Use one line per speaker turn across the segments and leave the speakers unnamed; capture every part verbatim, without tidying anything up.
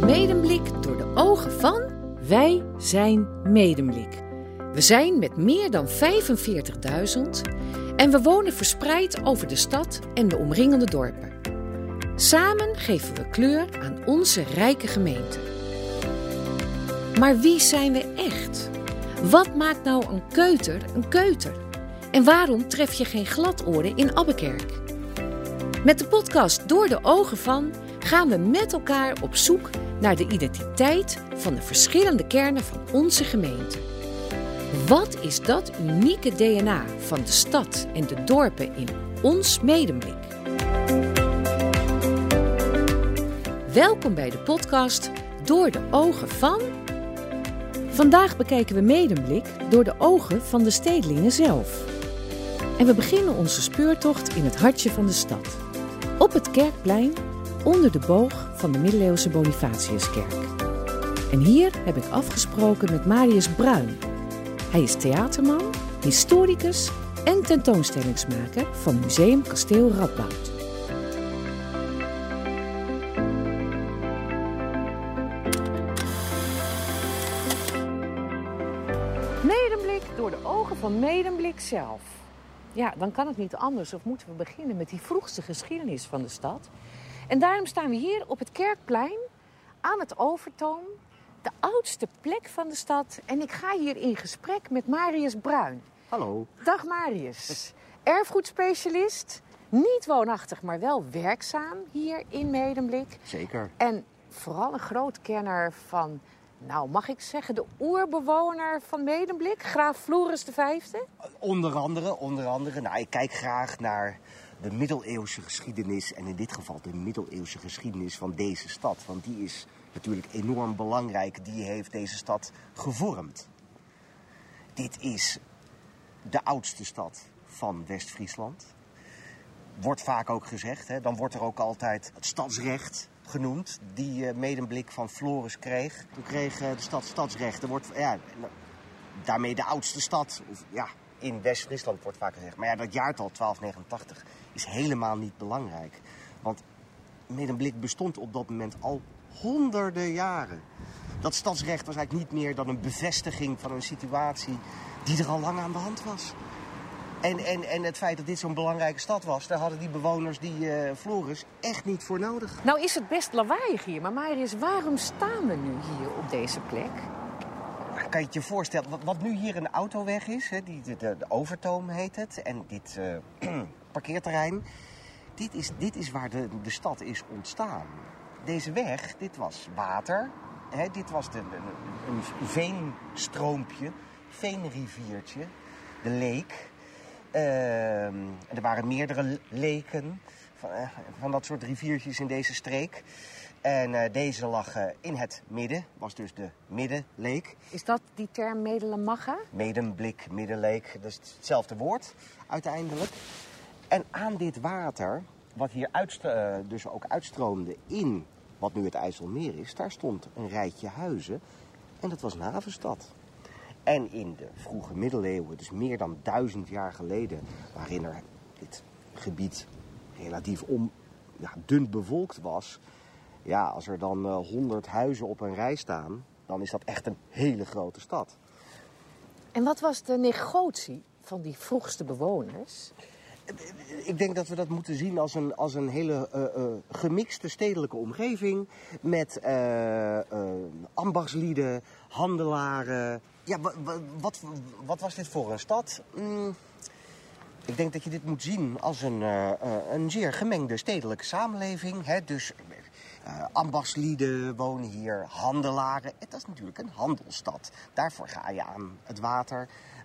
Medemblik door de ogen van... Wij zijn Medemblik. We zijn met meer dan vijfenveertigduizend en we wonen verspreid over de stad en de omringende dorpen. Samen geven we kleur aan onze rijke gemeente. Maar wie zijn we echt? Wat maakt nou een keuter een keuter? En waarom tref je geen gladoren in Abbekerk? Met de podcast Door de ogen van gaan we met elkaar op zoek naar de identiteit van de verschillende kernen van onze gemeente. Wat is dat unieke D N A van de stad en de dorpen in ons Medemblik? Welkom bij de podcast Door de ogen van... Vandaag bekijken we Medemblik door de ogen van de stedelingen zelf. En we beginnen onze speurtocht in het hartje van de stad. Op het Kerkplein, onder de boog van de middeleeuwse Bonifatiuskerk. En hier heb ik afgesproken met Marius Bruin. Hij is theaterman, historicus en tentoonstellingsmaker van Museum Kasteel Radboud. Medemblik door de ogen van Medemblik zelf. Ja, dan kan het niet anders of moeten we beginnen met die vroegste geschiedenis van de stad. En daarom staan we hier op het Kerkplein aan het Overtoom, de oudste plek van de stad. En ik ga hier in gesprek met Marius Bruin.
Hallo.
Dag Marius. Erfgoedspecialist, niet woonachtig, maar wel werkzaam hier in Medemblik.
Zeker.
En vooral een groot kenner van, nou mag ik zeggen, de oerbewoner van Medemblik, graaf Floris de Vijfde?
Onder andere, onder andere. Nou, ik kijk graag naar de middeleeuwse geschiedenis en in dit geval de middeleeuwse geschiedenis van deze stad. Want die is natuurlijk enorm belangrijk. Die heeft deze stad gevormd. Dit is de oudste stad van West-Friesland. Wordt vaak ook gezegd, hè? Dan wordt er ook altijd het stadsrecht genoemd, die uh, Medemblik van Floris kreeg. Toen kreeg uh, de stad stadsrecht. Er wordt, ja, daarmee de oudste stad, of, ja, in West-Friesland wordt vaak gezegd. Maar ja, dat jaartal twaalf negenentachtig is helemaal niet belangrijk. Want Medemblik bestond op dat moment al honderden jaren. Dat stadsrecht was eigenlijk niet meer dan een bevestiging van een situatie die er al lang aan de hand was. En, en, en het feit dat dit zo'n belangrijke stad was, daar hadden die bewoners die uh, Floris echt niet voor nodig.
Nou is het best lawaaiig hier, maar Marius, waarom staan we nu hier op deze plek?
Nou, kan je het je voorstellen, wat, wat nu hier een autoweg is, hè, die, de, de, de Overtoom heet het, en dit uh, parkeerterrein, dit is, dit is waar de, de stad is ontstaan. Deze weg, dit was water, hè, dit was de, de, een veenstroompje, veenriviertje, de leek. Uh, er waren meerdere leken van, uh, van dat soort riviertjes in deze streek. En uh, deze lag uh, in het midden, was dus de middenleek.
Is dat die term Medelamagga?
Medemblik, middenleek, dat is hetzelfde woord uiteindelijk. En aan dit water, wat hier uitst- uh, dus ook uitstroomde in wat nu het IJsselmeer is, daar stond een rijtje huizen en dat was een havenstad. En in de vroege middeleeuwen, dus meer dan duizend jaar geleden, waarin er dit gebied relatief om, ja, dun bevolkt was. Ja, als er dan uh, honderd huizen op een rij staan, dan is dat echt een hele grote stad.
En wat was de negotie van die vroegste bewoners?
Ik denk dat we dat moeten zien als een, als een hele uh, uh, gemixte stedelijke omgeving. Met uh, uh, ambachtslieden, handelaren. Ja, wat, wat, wat was dit voor een stad? Mm, ik denk dat je dit moet zien als een, uh, uh, een zeer gemengde stedelijke samenleving. Hè? Dus uh, ambachtslieden wonen hier, handelaren. Het is natuurlijk een handelsstad. Daarvoor ga je aan het water.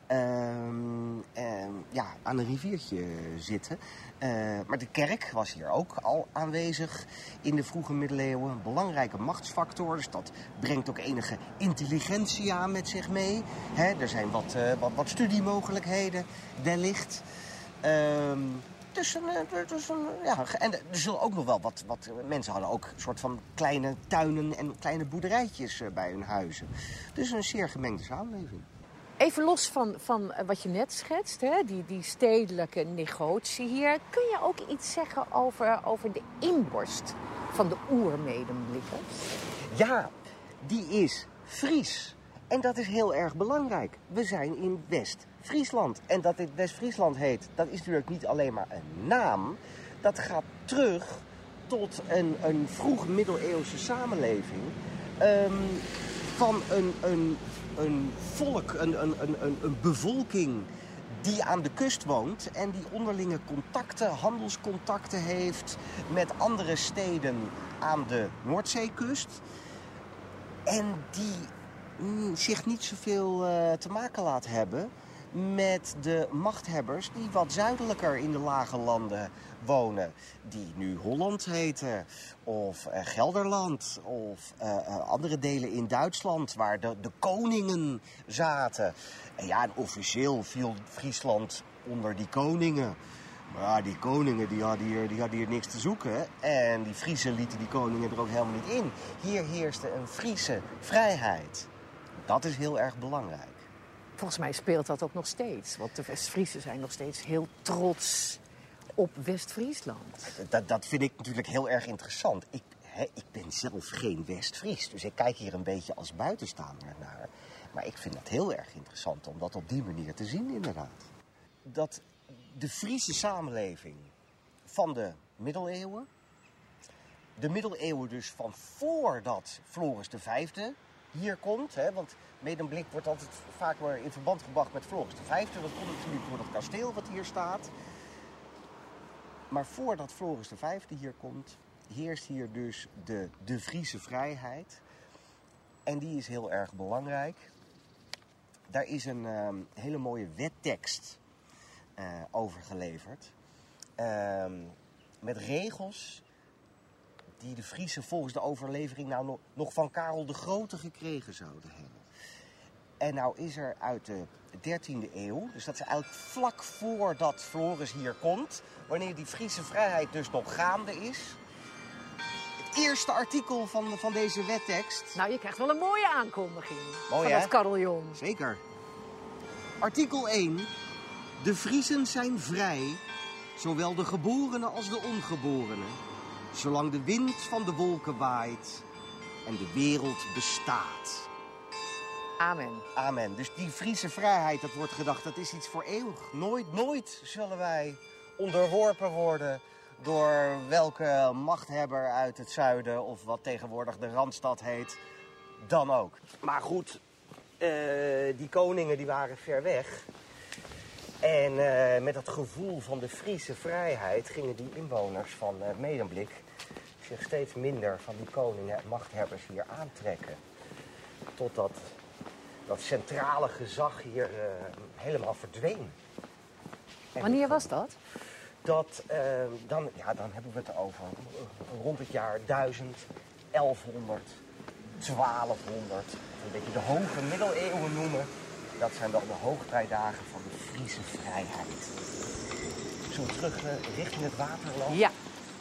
Um, um, ja, aan een riviertje zitten. Uh, maar de kerk was hier ook al aanwezig in de vroege middeleeuwen. Een belangrijke machtsfactor. Dus dat brengt ook enige intelligentie aan met zich mee. Hè, er zijn wat, uh, wat, wat studiemogelijkheden wellicht. Um, dus een, dus een, ja, en er zullen ook nog wel wat, wat mensen hadden ook een soort van kleine tuinen en kleine boerderijtjes bij hun huizen. Dus een zeer gemengde samenleving.
Even los van, van wat je net schetst, hè, die, die stedelijke negotie hier. Kun je ook iets zeggen over, over de inborst van de oermedemblikkers?
Ja, die is Fries. En dat is heel erg belangrijk. We zijn in West-Friesland. En dat dit West-Friesland heet, dat is natuurlijk niet alleen maar een naam. Dat gaat terug tot een, een vroeg middeleeuwse samenleving. Um, van een, een, een volk, een, een, een, een bevolking die aan de kust woont en die onderlinge contacten, handelscontacten heeft met andere steden aan de Noordzeekust. En die mm, zich niet zoveel uh, te maken laat hebben met de machthebbers die wat zuidelijker in de lage landen wonen. Die nu Holland heten, of uh, Gelderland, of uh, uh, andere delen in Duitsland waar de, de koningen zaten. En ja, en officieel viel Friesland onder die koningen. Maar ja, die koningen die hadden, hier, die hadden hier niks te zoeken. En die Friezen lieten die koningen er ook helemaal niet in. Hier heerste een Friese vrijheid. Dat is heel erg belangrijk.
Volgens mij speelt dat ook nog steeds. Want de West-Friesen zijn nog steeds heel trots op West-Friesland.
Dat, dat vind ik natuurlijk heel erg interessant. Ik, hè, ik ben zelf geen West-Fries, dus ik kijk hier een beetje als buitenstaander naar. Maar ik vind dat heel erg interessant om dat op die manier te zien, inderdaad. Dat de Friese samenleving van de middeleeuwen, de middeleeuwen dus van voordat Floris de Vijfde hier komt, hè, want Medemblik wordt altijd vaak weer in verband gebracht met Floris de Vijfde. Dat komt natuurlijk door dat kasteel wat hier staat. Maar voordat Floris de Vijfde hier komt, heerst hier dus de, de Friese vrijheid. En die is heel erg belangrijk. Daar is een uh, hele mooie wettekst uh, over geleverd. Uh, met regels die de Friesen volgens de overlevering nou nog, nog van Karel de Grote gekregen zouden hebben. En nou is er uit de dertiende eeuw, dus dat is eigenlijk vlak voordat Floris hier komt, wanneer die Friese vrijheid dus nog gaande is. Het eerste artikel van, van deze wettekst.
Nou, je krijgt wel een mooie aankondiging.
Mooi,
van
hè?
het carillon.
Zeker. Artikel één. De Friezen zijn vrij, zowel de geborenen als de ongeborenen, zolang de wind van de wolken waait en de wereld bestaat.
Amen.
Amen. Dus die Friese vrijheid, dat wordt gedacht, dat is iets voor eeuwig. Nooit, nooit zullen wij onderworpen worden door welke machthebber uit het zuiden, of wat tegenwoordig de Randstad heet, dan ook. Maar goed, uh, die koningen die waren ver weg. En uh, met dat gevoel van de Friese vrijheid gingen die inwoners van uh, Medemblik zich steeds minder van die koningen en machthebbers hier aantrekken. Totdat dat centrale gezag hier uh, helemaal verdween. En
wanneer was dat?
Dat, uh, dan, ja, dan hebben we het over rond het jaar duizend, elfhonderd, twaalfhonderd. Een beetje de hoge middeleeuwen noemen. Dat zijn wel de hoogtijdagen van de Friese vrijheid. Zullen we terug uh, richting het water lopen?
Ja.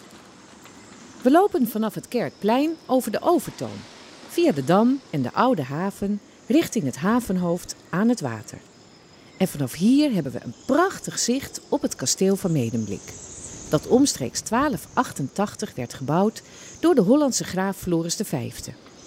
We lopen vanaf het Kerkplein over de Overtoom, via de Dam en de Oude Haven, richting het havenhoofd aan het water. En vanaf hier hebben we een prachtig zicht op het kasteel van Medemblik, dat omstreeks twaalf achtentachtig werd gebouwd door de Hollandse graaf Floris de Vijfde.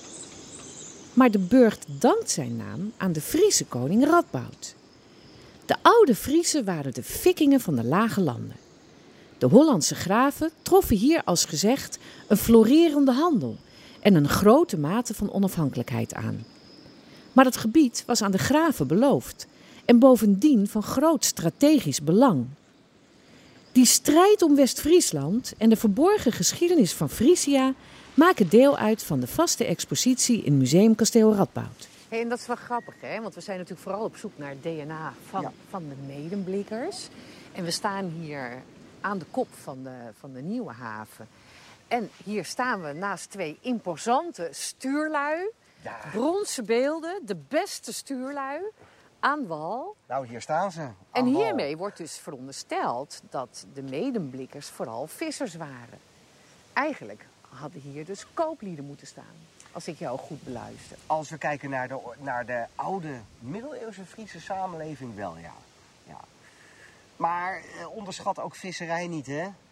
Maar de burcht dankt zijn naam aan de Friese koning Radboud. De oude Friezen waren de Vikingen van de lage landen. De Hollandse graven troffen hier als gezegd een florerende handel en een grote mate van onafhankelijkheid aan. Maar het gebied was aan de graven beloofd en bovendien van groot strategisch belang. Die strijd om West-Friesland en de verborgen geschiedenis van Frisia maken deel uit van de vaste expositie in Museum Kasteel Radboud. Hey, en dat is wel grappig, hè? Want we zijn natuurlijk vooral op zoek naar het D N A van, ja. van de Medemblikkers. En we staan hier aan de kop van de, van de Nieuwe Haven. En hier staan we naast twee imposante stuurlui. Ja. Bronzen beelden, de beste stuurlui, aan wal.
Nou, hier staan ze.
En
wal.
hiermee wordt dus verondersteld dat de Medemblikkers vooral vissers waren. Eigenlijk hadden hier dus kooplieden moeten staan, als ik jou goed beluister.
Als we kijken naar de, naar de oude middeleeuwse Friese samenleving wel, ja. ja. Maar eh, onderschat ook visserij niet, hè.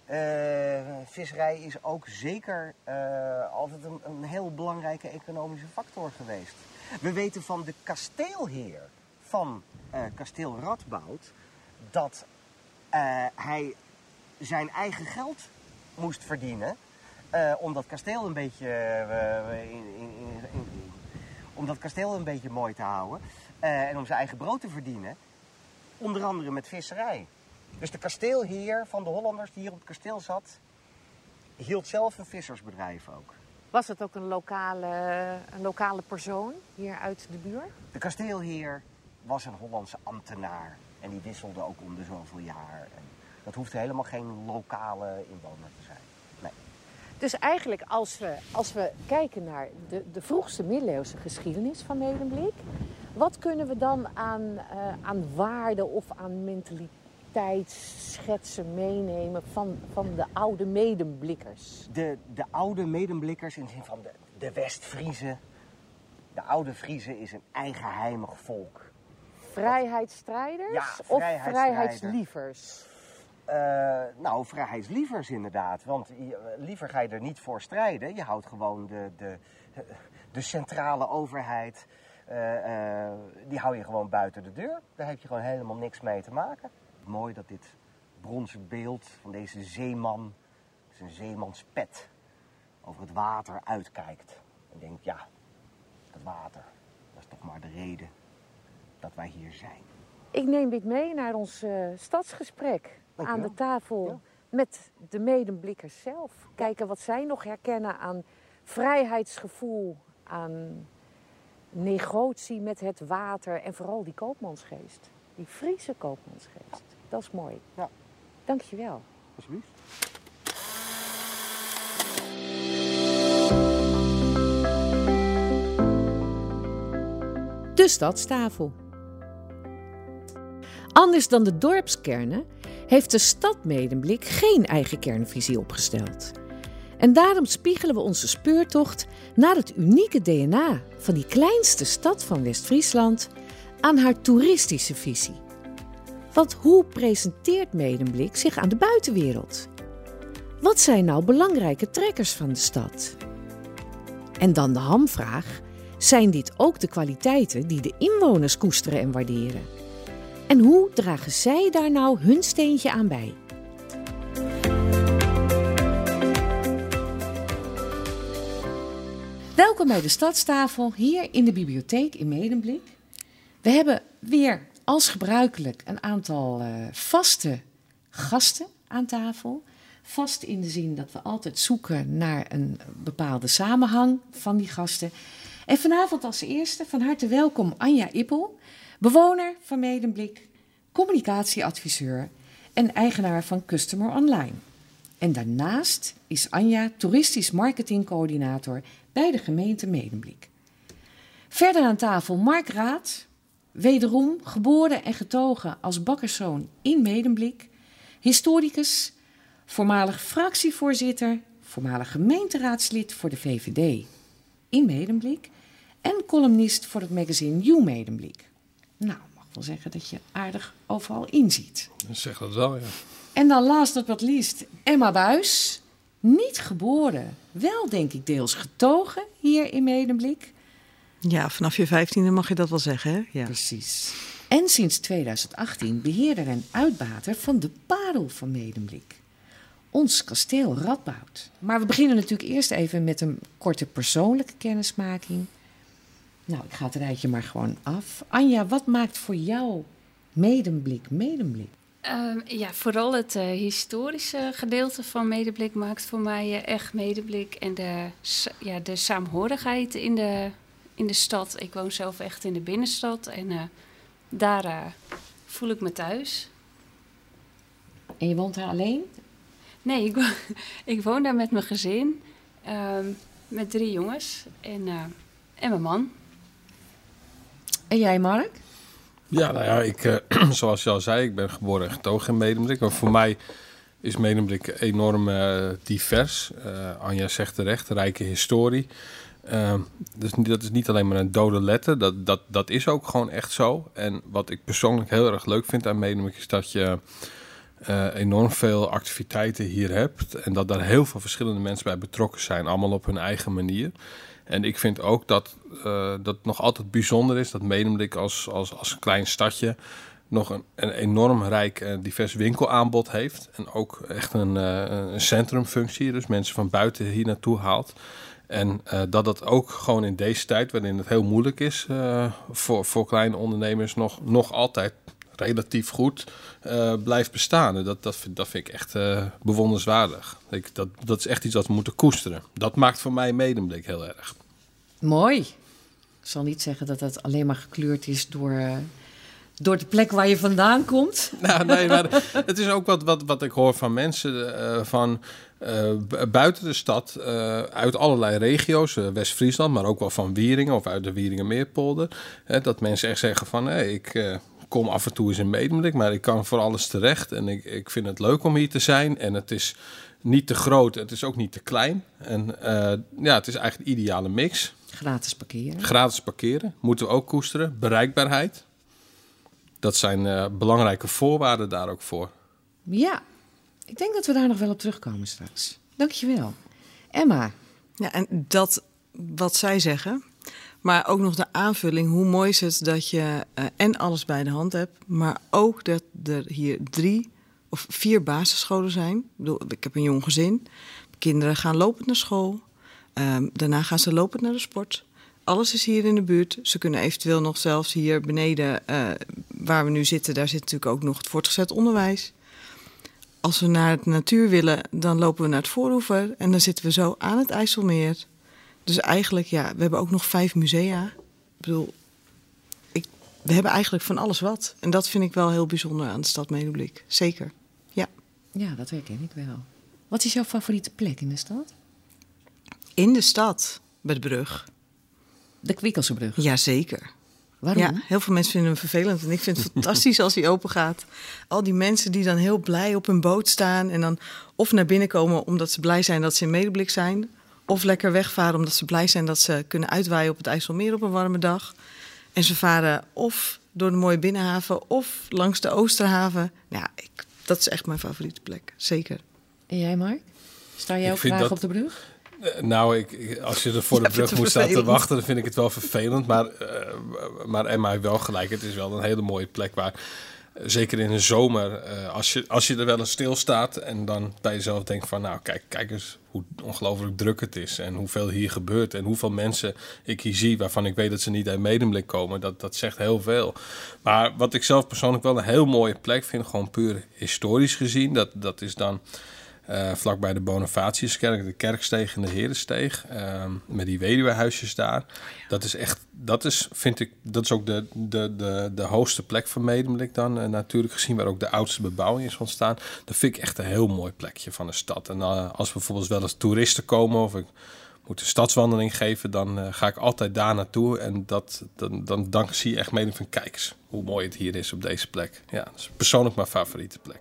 Uh, visserij is ook zeker uh, altijd een, een heel belangrijke economische factor geweest. We weten van de kasteelheer van uh, kasteel Radboud dat uh, hij zijn eigen geld moest verdienen uh, om dat kasteel een beetje uh, in, in, in, in, om dat kasteel een beetje mooi te houden uh, en om zijn eigen brood te verdienen, onder andere met visserij. Dus de kasteelheer van de Hollanders die hier op het kasteel zat, hield zelf een vissersbedrijf ook.
Was het ook een lokale, een lokale persoon hier uit de buurt?
De kasteelheer was een Hollandse ambtenaar en die wisselde ook om de zoveel jaar. En dat hoefde helemaal geen lokale inwoner te zijn. Nee.
Dus eigenlijk als we, als we kijken naar de, de vroegste middeleeuwse geschiedenis van Medemblik, wat kunnen we dan aan, uh, aan waarde of aan mentaliteitsschetsen meenemen van, van de oude Medemblikkers?
De, de oude Medemblikkers in de zin van de, de West-Friezen. De oude Friezen is een eigenheimig volk.
Vrijheidsstrijders
ja,
of
vrijheidsstrijders.
vrijheidslievers?
Uh, nou, vrijheidslievers inderdaad. Want liever ga je er niet voor strijden. Je houdt gewoon de, de, de centrale overheid, uh, uh, die hou je gewoon buiten de deur. Daar heb je gewoon helemaal niks mee te maken. Mooi dat dit bronzen beeld van deze zeeman, zijn zeemanspet, over het water uitkijkt. En denkt, ja, het water, dat is toch maar de reden dat wij hier zijn.
Ik neem dit mee naar ons uh, stadsgesprek. Aan de tafel ja. met de Medemblikkers zelf. Kijken wat zij nog herkennen aan vrijheidsgevoel, aan negotie met het water en vooral die koopmansgeest. Die Friese koopmansgeest. Dat is mooi.
Ja.
Dank je wel.
Alsjeblieft.
De stadstafel. Anders dan de dorpskernen heeft de stad Medemblik geen eigen kernvisie opgesteld. En daarom spiegelen we onze speurtocht naar het unieke D N A van die kleinste stad van West-Friesland aan haar toeristische visie. Want hoe presenteert Medemblik zich aan de buitenwereld? Wat zijn nou belangrijke trekkers van de stad? En dan de hamvraag, zijn dit ook de kwaliteiten die de inwoners koesteren en waarderen? En hoe dragen zij daar nou hun steentje aan bij? Welkom bij de Stadstafel hier in de bibliotheek in Medemblik. We hebben weer als gebruikelijk een aantal uh, vaste gasten aan tafel. Vast in de zin dat we altijd zoeken naar een bepaalde samenhang van die gasten. En vanavond als eerste van harte welkom Anja Ippel, bewoner van Medemblik, communicatieadviseur en eigenaar van Customer Online. En daarnaast is Anja toeristisch marketingcoördinator bij de gemeente Medemblik. Verder aan tafel Mark Raad, wederom geboren en getogen als bakkerszoon in Medemblik, historicus, voormalig fractievoorzitter, voormalig gemeenteraadslid voor de V V D in Medemblik en columnist voor het magazine Nieuw Medemblik. Nou, ik mag wel zeggen dat je aardig overal inziet.
Zeg dat wel, ja.
En dan last but not least Emma Buis, niet geboren, wel denk ik deels getogen hier in Medemblik.
Ja, vanaf je vijftiende mag je dat wel zeggen, hè? Ja.
Precies. En sinds tweeduizend achttien beheerder en uitbater van de parel van Medemblik. Ons kasteel Radboud. Maar we beginnen natuurlijk eerst even met een korte persoonlijke kennismaking. Nou, ik ga het rijtje maar gewoon af. Anja, wat maakt voor jou Medemblik Medemblik?
Uh, ja, vooral het uh, historische gedeelte van Medemblik maakt voor mij uh, echt Medemblik. En de, ja, de saamhorigheid in de, in de stad. Ik woon zelf echt in de binnenstad en uh, daar uh, voel ik me thuis.
En je woont daar alleen?
Nee, ik, wo- ik woon daar met mijn gezin. Uh, met drie jongens en, uh, en mijn man.
En jij, Mark?
Ja, nou ja, ik, uh, zoals je al zei, ik ben geboren en getogen in Medemblik. Maar voor mij is Medemblik enorm uh, divers. Uh, Anja zegt terecht, rijke historie. Uh, dus dat is niet alleen maar een dode letter. Dat, dat, dat is ook gewoon echt zo. En wat ik persoonlijk heel erg leuk vind aan Medemblik is dat je uh, enorm veel activiteiten hier hebt. En dat daar heel veel verschillende mensen bij betrokken zijn. Allemaal op hun eigen manier. En ik vind ook dat uh, dat nog altijd bijzonder is dat Medemblik als, als, als klein stadje nog een, een enorm rijk en divers winkelaanbod heeft. En ook echt een, uh, een centrumfunctie. Dus mensen van buiten hier naartoe haalt. En uh, dat dat ook gewoon in deze tijd, waarin het heel moeilijk is uh, voor, voor kleine ondernemers, nog, nog altijd relatief goed uh, blijft bestaan. Dat, dat, vind, dat vind ik echt uh, bewonderenswaardig. Ik, dat, dat is echt iets wat we moeten koesteren. Dat maakt voor mij Medemblik heel erg.
Mooi. Ik zal niet zeggen dat dat alleen maar gekleurd is door, uh, door de plek waar je vandaan komt.
Nou, nee, maar het is ook wat, wat, wat ik hoor van mensen uh, van uh, buiten de stad, uh, uit allerlei regio's, uh, West-Friesland, maar ook wel van Wieringen of uit de Wieringermeerpolder. Hè, dat mensen echt zeggen van, hé, hey, ik uh, kom af en toe eens in Medemblik, maar ik kan voor alles terecht. En ik, ik vind het leuk om hier te zijn. En het is niet te groot, het is ook niet te klein. En uh, ja, het is eigenlijk de ideale mix.
Gratis parkeren.
Gratis parkeren, moeten we ook koesteren. Bereikbaarheid. Dat zijn uh, belangrijke voorwaarden daar ook voor.
Ja, ik denk dat we daar nog wel op terugkomen straks. Dankjewel. Emma.
Ja, en dat wat zij zeggen, maar ook nog de aanvulling. Hoe mooi is het dat je uh, en alles bij de hand hebt, maar ook dat er hier drie of vier basisscholen zijn. Ik bedoel, ik heb een jong gezin. Kinderen gaan lopend naar school. Um, daarna gaan ze lopend naar de sport. Alles is hier in de buurt. Ze kunnen eventueel nog zelfs hier beneden, uh, waar we nu zitten, daar zit natuurlijk ook nog het voortgezet onderwijs. Als we naar de natuur willen, dan lopen we naar het Voorhoever en dan zitten we zo aan het IJsselmeer. Dus eigenlijk, ja, we hebben ook nog vijf musea. Ik bedoel, ik, we hebben eigenlijk van alles wat. En dat vind ik wel heel bijzonder aan de stad Medemblik. Zeker, ja.
Ja, dat herken ik wel. Wat is jouw favoriete plek in de stad?
In de stad, bij de brug.
De Kwikkelsbrug?
Jazeker.
Waarom?
Ja, heel veel mensen vinden hem vervelend. En ik vind het fantastisch als hij open gaat. Al die mensen die dan heel blij op hun boot staan en dan of naar binnen komen omdat ze blij zijn dat ze in Medemblik zijn, of lekker wegvaren omdat ze blij zijn dat ze kunnen uitwaaien op het IJsselmeer op een warme dag. En ze varen of door de mooie binnenhaven of langs de Oosterhaven. Ja, ik, dat is echt mijn favoriete plek. Zeker.
En jij, Mark? Sta jij ook graag dat op de brug?
Nou, ik, ik, als je er voor de brug moet staan te wachten, dan vind ik het wel vervelend. Maar, uh, maar Emma heeft wel gelijk. Het is wel een hele mooie plek waar, uh, zeker in de zomer, uh, als, je, als je er wel eens stilstaat en dan bij jezelf denkt van, nou, kijk, kijk eens hoe ongelooflijk druk het is en hoeveel hier gebeurt en hoeveel mensen ik hier zie waarvan ik weet dat ze niet uit Medemblik komen. Dat, dat zegt heel veel. Maar wat ik zelf persoonlijk wel een heel mooie plek vind, gewoon puur historisch gezien, dat, dat is dan Uh, vlakbij de Bonifatiuskerk, de Kerksteeg en de Herensteeg, uh, met die weduwehuisjes daar. Oh ja. Dat is echt, dat is, vind ik, dat is ook de, de, de, de hoogste plek van Medemblik dan, uh, natuurlijk gezien, waar ook de oudste bebouwing is ontstaan. Dat vind ik echt een heel mooi plekje van de stad. En uh, als bijvoorbeeld wel eens toeristen komen of ik moet een stadswandeling geven, dan uh, ga ik altijd daar naartoe. En dat, dan, dan, dan zie je echt Medemblik van, kijk eens hoe mooi het hier is op deze plek. Ja, dat is persoonlijk mijn favoriete plek.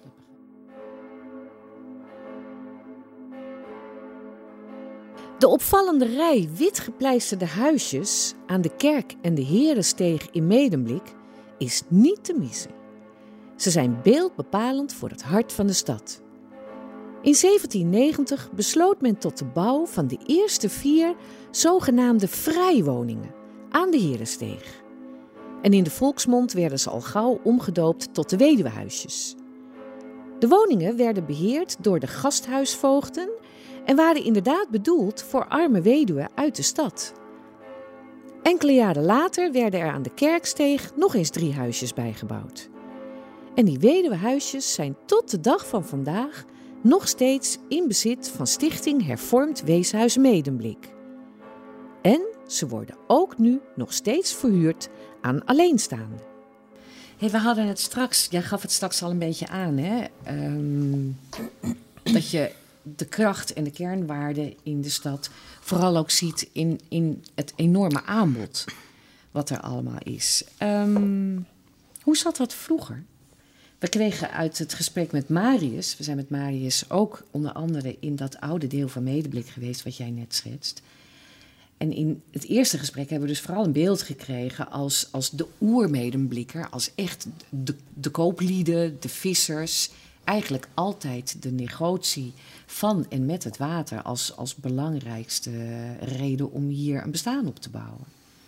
De opvallende rij wit gepleisterde huisjes aan de Kerk en de Herensteeg in Medemblik is niet te missen. Ze zijn beeldbepalend voor het hart van de stad. In zeventien negentig besloot men tot de bouw van de eerste vier zogenaamde vrijwoningen aan de Herensteeg. En in de volksmond werden ze al gauw omgedoopt tot de weduwehuisjes. De woningen werden beheerd door de gasthuisvoogden en waren inderdaad bedoeld voor arme weduwen uit de stad. Enkele jaren later werden er aan de Kerksteeg nog eens drie huisjes bijgebouwd. En die weduwehuisjes zijn tot de dag van vandaag nog steeds in bezit van Stichting Hervormd Weeshuis Medemblik. En ze worden ook nu nog steeds verhuurd aan alleenstaanden. Hey, we hadden het straks, jij gaf het straks al een beetje aan, hè? Um, dat je de kracht en de kernwaarden in de stad vooral ook ziet in, in het enorme aanbod wat er allemaal is. Um, hoe zat dat vroeger? We kregen uit het gesprek met Marius, we zijn met Marius ook onder andere in dat oude deel van Medemblik geweest wat jij net schetst. En in het eerste gesprek hebben we dus vooral een beeld gekregen als, als de oermedemblikker, als echt de, de kooplieden, de vissers. Eigenlijk altijd de negotie van en met het water als, als belangrijkste reden om hier een bestaan op te bouwen.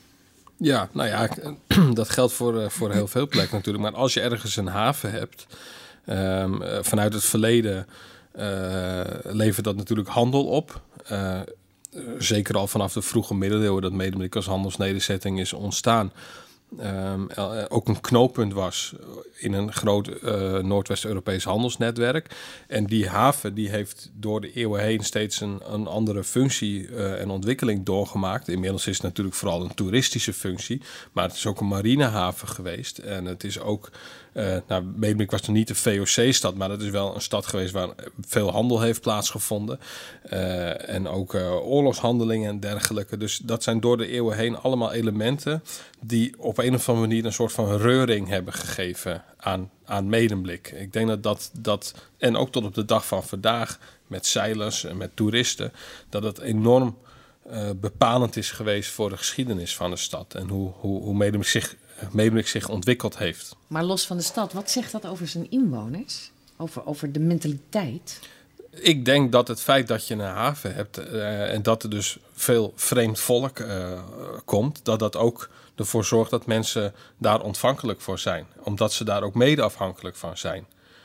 Ja, nou ja, dat geldt voor, voor heel veel plekken natuurlijk. Maar als je ergens een haven hebt, um, vanuit het verleden uh, levert dat natuurlijk handel op. Uh, zeker al vanaf de vroege middeleeuwen dat Medemblik als handelsnederzetting is ontstaan. Um, ook een knooppunt was in een groot uh, Noordwest-Europees handelsnetwerk. En die haven die heeft door de eeuwen heen steeds een, een andere functie uh, en ontwikkeling doorgemaakt. Inmiddels is het natuurlijk vooral een toeristische functie, maar het is ook een marinehaven geweest. En het is ook, uh, nou, Medemblik was nog niet een V O C-stad, maar het is wel een stad geweest waar veel handel heeft plaatsgevonden. Uh, en ook uh, oorlogshandelingen en dergelijke. Dus dat zijn door de eeuwen heen allemaal elementen die op een of andere manier een soort van reuring hebben gegeven aan, aan Medemblik. Ik denk dat, dat dat, en ook tot op de dag van vandaag, met zeilers en met toeristen, dat het enorm uh, bepalend is geweest voor de geschiedenis van de stad en hoe, hoe, hoe Medemblik zich, Medemblik zich ontwikkeld heeft.
Maar los van de stad, wat zegt dat over zijn inwoners? Over, over de mentaliteit?
Ik denk dat het feit dat je een haven hebt uh, en dat er dus veel vreemd volk uh, komt, dat dat ook ervoor zorgt dat mensen daar ontvankelijk voor zijn. Omdat ze daar ook mede afhankelijk van zijn.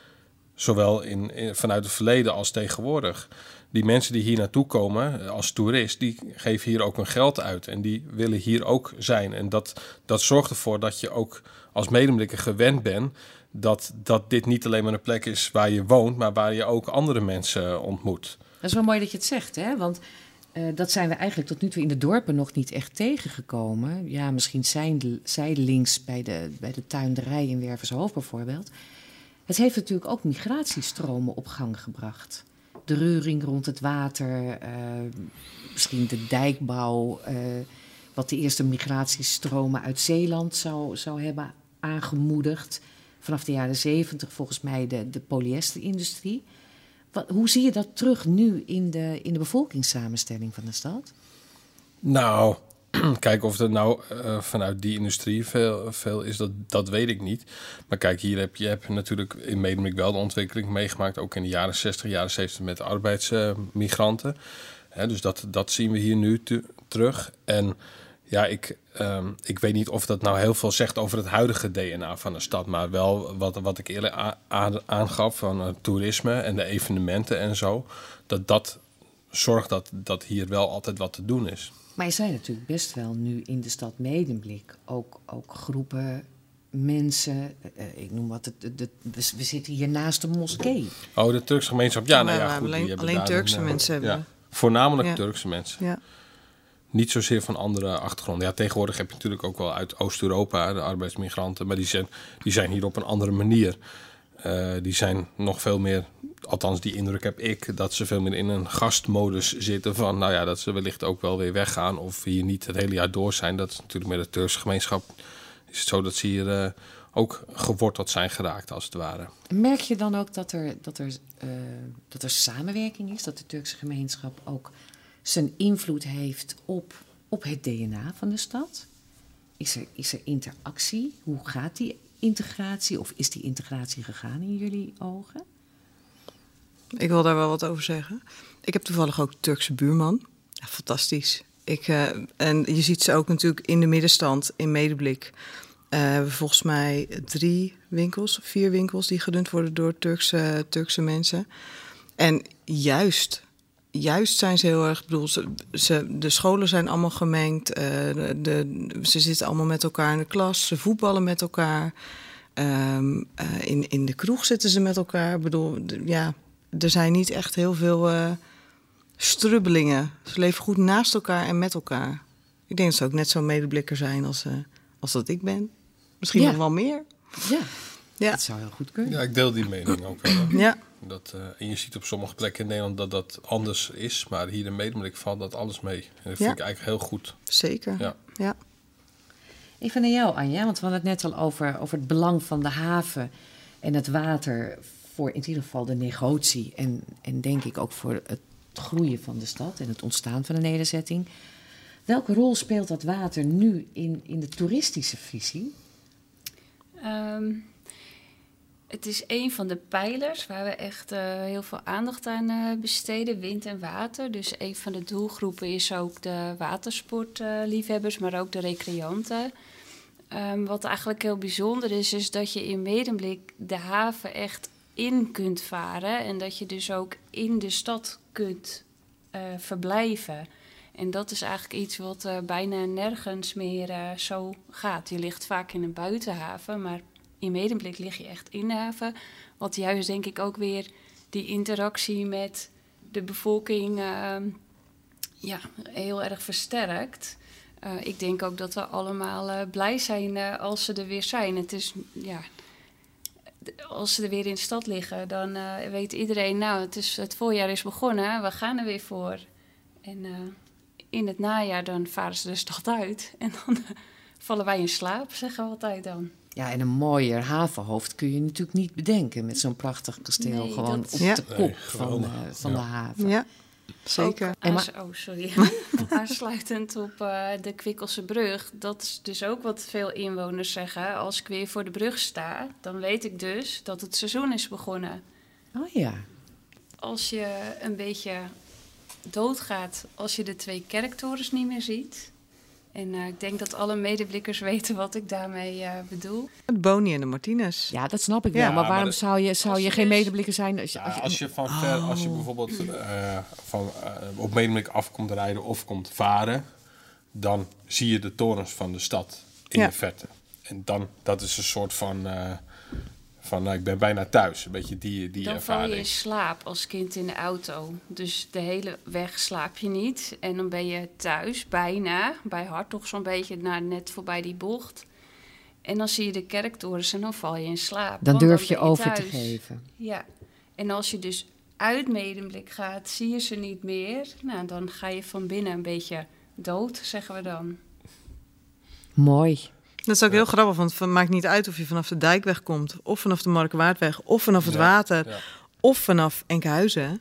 Zowel in, in, vanuit het verleden als tegenwoordig. Die mensen die hier naartoe komen als toerist, die geven hier ook hun geld uit. En die willen hier ook zijn. En dat, dat zorgt ervoor dat je ook als Medemblikker gewend bent dat, dat dit niet alleen maar een plek is waar je woont, maar waar je ook andere mensen ontmoet.
Dat is wel mooi dat je het zegt, hè? Want uh, dat zijn we eigenlijk tot nu toe in de dorpen nog niet echt tegengekomen. Ja, misschien zijdelings bij de, bij de tuinderij in Wervershoofd bijvoorbeeld. Het heeft natuurlijk ook migratiestromen op gang gebracht. De reuring rond het water, uh, misschien de dijkbouw, uh, wat de eerste migratiestromen uit Zeeland zou, zou hebben aangemoedigd. Vanaf de jaren zeventig volgens mij de, de polyesterindustrie. Wat, hoe zie je dat terug nu in de, in de bevolkingssamenstelling van de stad?
Nou, kijk of er nou uh, vanuit die industrie veel, veel is, dat, dat weet ik niet. Maar kijk, hier heb je hebt natuurlijk in Medemblik wel de ontwikkeling meegemaakt, ook in de jaren zestig, jaren zeventig met arbeidsmigranten. Uh, dus dat, dat zien we hier nu te, terug. En ja, ik, um, ik weet niet of dat nou heel veel zegt over het huidige D N A van de stad. Maar wel wat, wat ik eerder a- a- aangaf van uh, toerisme en de evenementen en zo. Dat dat zorgt dat, dat hier wel altijd wat te doen is.
Maar er zijn natuurlijk best wel nu in de stad Medemblik ook, ook groepen mensen. Uh, ik noem wat, het, de, de, we, we zitten hier naast de moskee.
Oh, de Turkse gemeenschap. Ja, nou ja, goed,
alleen,
die hebben
alleen
daar
Turkse
een, uh,
mensen hebben.
Ja, voornamelijk
Ja.
Turkse mensen.
Ja.
Niet zozeer van andere achtergronden. Ja, tegenwoordig heb je natuurlijk ook wel uit Oost-Europa de arbeidsmigranten. Maar die zijn, die zijn hier op een andere manier. Uh, die zijn nog veel meer, althans die indruk heb ik, dat ze veel meer in een gastmodus zitten. Van nou ja, dat ze wellicht ook wel weer weggaan of hier niet het hele jaar door zijn. Dat is natuurlijk met de Turkse gemeenschap is het zo dat ze hier uh, ook geworteld zijn geraakt als het ware.
Merk je dan ook dat er, dat er, uh, dat er samenwerking is? Dat de Turkse gemeenschap ook zijn invloed heeft op, op het D N A van de stad? Is er, is er interactie? Hoe gaat die integratie? Of is die integratie gegaan in jullie ogen?
Ik wil daar wel wat over zeggen. Ik heb toevallig ook een Turkse buurman. Ja, fantastisch. Ik, uh, en je ziet ze ook natuurlijk in de middenstand in Medemblik. Uh, we hebben volgens mij drie winkels, vier winkels die gerund worden door Turkse, Turkse mensen. En juist, juist zijn ze heel erg, ik bedoel, ze, ze, de scholen zijn allemaal gemengd. Uh, de, de, ze zitten allemaal met elkaar in de klas, ze voetballen met elkaar. Um, uh, in, in de kroeg zitten ze met elkaar. Ik bedoel, de, ja, er zijn niet echt heel veel uh, strubbelingen. Ze leven goed naast elkaar en met elkaar. Ik denk dat ze ook net zo'n medeblikker zijn als, uh, als dat ik ben. Misschien
Ja.
nog wel meer.
Ja,
Ja.
dat zou heel goed kunnen.
Ja, ik deel die mening ook wel. Hè.
Ja.
Dat, uh, en je ziet op sommige plekken in Nederland dat dat anders is. Maar hier in Medemblik valt dat alles mee. En dat vind
Ja.
ik eigenlijk heel goed.
Zeker.
Ja.
Ja.
Even naar jou, Anja, want we hadden het net al over, over het belang van de haven en het water voor in ieder geval de negotie en, en denk ik ook voor het groeien van de stad en het ontstaan van een nederzetting. Welke rol speelt dat water nu in, in de toeristische visie?
Um, het is een van de pijlers waar we echt uh, heel veel aandacht aan uh, besteden, wind en water. Dus een van de doelgroepen is ook de watersportliefhebbers, uh, maar ook de recreanten. Um, wat eigenlijk heel bijzonder is, is dat je in Medemblik de haven echt in kunt varen. En dat je dus ook in de stad kunt uh, verblijven. En dat is eigenlijk iets wat uh, bijna nergens meer uh, zo gaat. Je ligt vaak in een buitenhaven, maar in Medemblik lig je echt in de haven. Wat juist denk ik ook weer die interactie met de bevolking uh, ja, heel erg versterkt. Uh, ik denk ook dat we allemaal uh, blij zijn uh, als ze er weer zijn. Het is, ja, als ze er weer in de stad liggen, dan uh, weet iedereen, nou, het, is, het voorjaar is begonnen, we gaan er weer voor. En uh, in het najaar dan varen ze de stad uit en dan uh, vallen wij in slaap, zeggen we altijd dan.
Ja, en een mooier havenhoofd kun je natuurlijk niet bedenken met zo'n prachtig kasteel
Nee,
gewoon
dat-
op
Ja.
de kop
Nee,
van, uh, van
Ja.
de haven.
Ja, zeker.
Ook
En
aans- oh, sorry. Aansluitend op uh, de Kwikkelse brug. Dat is dus ook wat veel inwoners zeggen. Als ik weer voor de brug sta, dan weet ik dus dat het seizoen is begonnen.
Oh ja.
Als je een beetje doodgaat, als je de twee kerktorens niet meer ziet. En uh, ik denk dat alle medeblikkers weten wat ik daarmee uh, bedoel.
Het Boni en de Martinez.
Ja, dat snap ik
Ja,
wel. Maar
maar
waarom
dat-
zou je, zou
Als
je
je
geen
dus-
medeblikker zijn? Als je,
Ja,
als je-
als je van ver, als je bijvoorbeeld uh, van, uh, op Medemblik af komt rijden of komt varen, dan zie je de torens van de stad in
Ja.
de verte. En dan, dat is een soort van, uh, van nou, ik ben bijna thuis. Een beetje die, die
Dan val je in
ervaring.
slaap als kind in de auto. Dus de hele weg slaap je niet. En dan ben je thuis, bijna, bij Hartog zo'n beetje, nou, net voorbij die bocht. En dan zie je de kerktorens en dan val je in slaap.
dan
want
durf je
ben je
over te
thuis.
geven.
Ja. En als je dus uit Medemblik gaat, zie je ze niet meer. Nou, dan ga je van binnen een beetje dood, zeggen we dan.
Mooi.
Dat is ook heel grappig, want het maakt niet uit of je vanaf de Dijkweg komt, of vanaf de Markerwaardweg, of vanaf het
Ja,
water,
ja.
of vanaf Enkhuizen.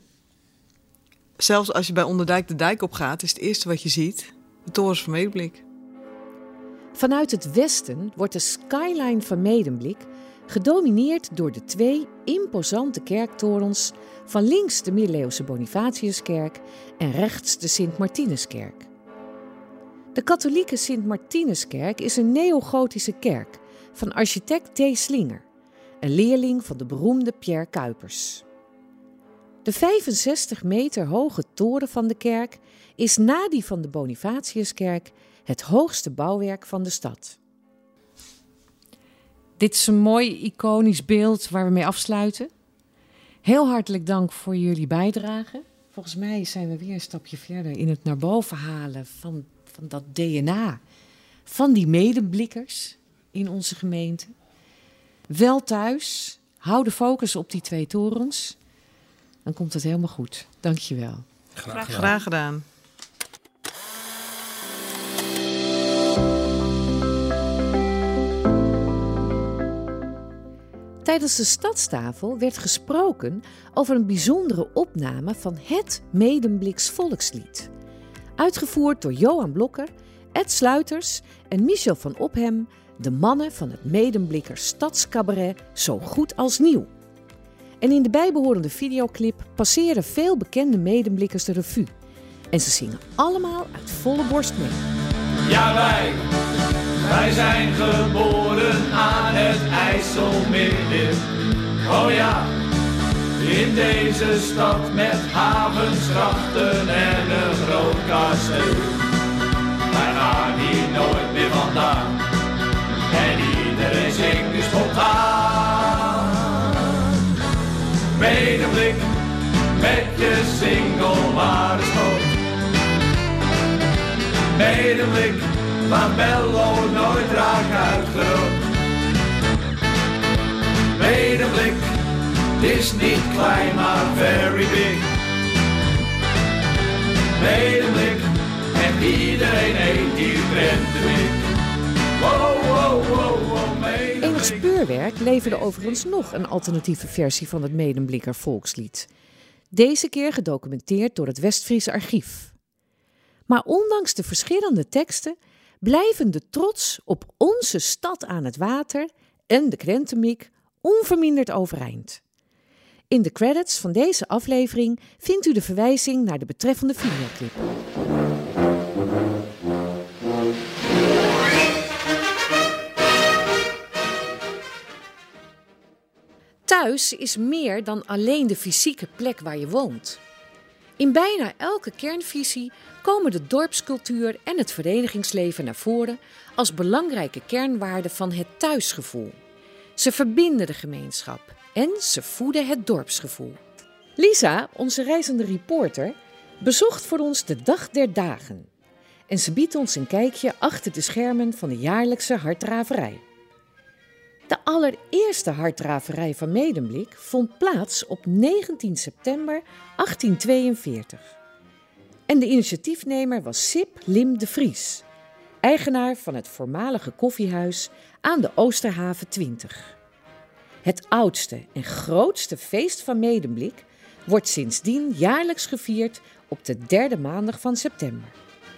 Zelfs als je bij Onderdijk de dijk op gaat, is het eerste wat je ziet de torens van Medemblik.
Vanuit het westen wordt de skyline van Medemblik gedomineerd door de twee imposante kerktorens, van links de middeleeuwse Bonifatiuskerk en rechts de Sint-Martinuskerk. De katholieke Sint-Martinuskerk is een neogotische kerk van architect T. Slinger, een leerling van de beroemde Pierre Cuypers. De vijfenzestig meter hoge toren van de kerk is na die van de Bonifatiuskerk het hoogste bouwwerk van de stad. Dit is een mooi iconisch beeld waar we mee afsluiten. Heel hartelijk dank voor jullie bijdrage. Volgens mij zijn we weer een stapje verder in het naar boven halen van, van dat D N A van die medeblikkers in onze gemeente. Wel thuis, hou de focus op die twee torens. Dan komt het helemaal goed. Dank je wel.
Graag gedaan.
Graag gedaan.
Tijdens de stadstafel werd gesproken over een bijzondere opname van het Medembliks volkslied. Uitgevoerd door Johan Blokker, Ed Sluiters en Michel van Ophem, de mannen van het Medemblikker Stadscabaret Zo Goed Als Nieuw. En in de bijbehorende videoclip passeren veel bekende Medemblikkers de revue. En ze zingen allemaal uit volle borst mee.
Ja, wij, wij zijn geboren aan het IJsselmeer. Oh ja, in deze stad met havens, grachten en een groot kasteel. Wij gaan hier nooit meer vandaan en iedereen zingt nu spontaan. Medemblik met je single maar eens groot. Medemblik, waar Bello nooit raak uitgerookt. Medemblik, het is niet klein maar very big. Medemblik, en iedereen eet hier krentenblik. Wow, wow, wow, wow, Medemblik.
Enig Speurwerk leverde overigens nog een alternatieve versie van het Medemblikker volkslied. Deze keer gedocumenteerd door het Westfries Archief. Maar ondanks de verschillende teksten blijven de trots op onze stad aan het water en de krentenmiek onverminderd overeind. In de credits van deze aflevering vindt u de verwijzing naar de betreffende videoclip. Thuis is meer dan alleen de fysieke plek waar je woont. In bijna elke kernvisie komen de dorpscultuur en het verenigingsleven naar voren als belangrijke kernwaarden van het thuisgevoel. Ze verbinden de gemeenschap en ze voeden het dorpsgevoel. Lisa, onze reizende reporter, bezocht voor ons de Dag der Dagen. En ze biedt ons een kijkje achter de schermen van de jaarlijkse harddraverij. De allereerste harddraverij van Medemblik vond plaats op negentien september achttienhonderdtweeënveertig. En de initiatiefnemer was Sip Lim de Vries, eigenaar van het voormalige koffiehuis aan de Oosterhaven twintig. Het oudste en grootste feest van Medemblik wordt sindsdien jaarlijks gevierd op de derde maandag van september.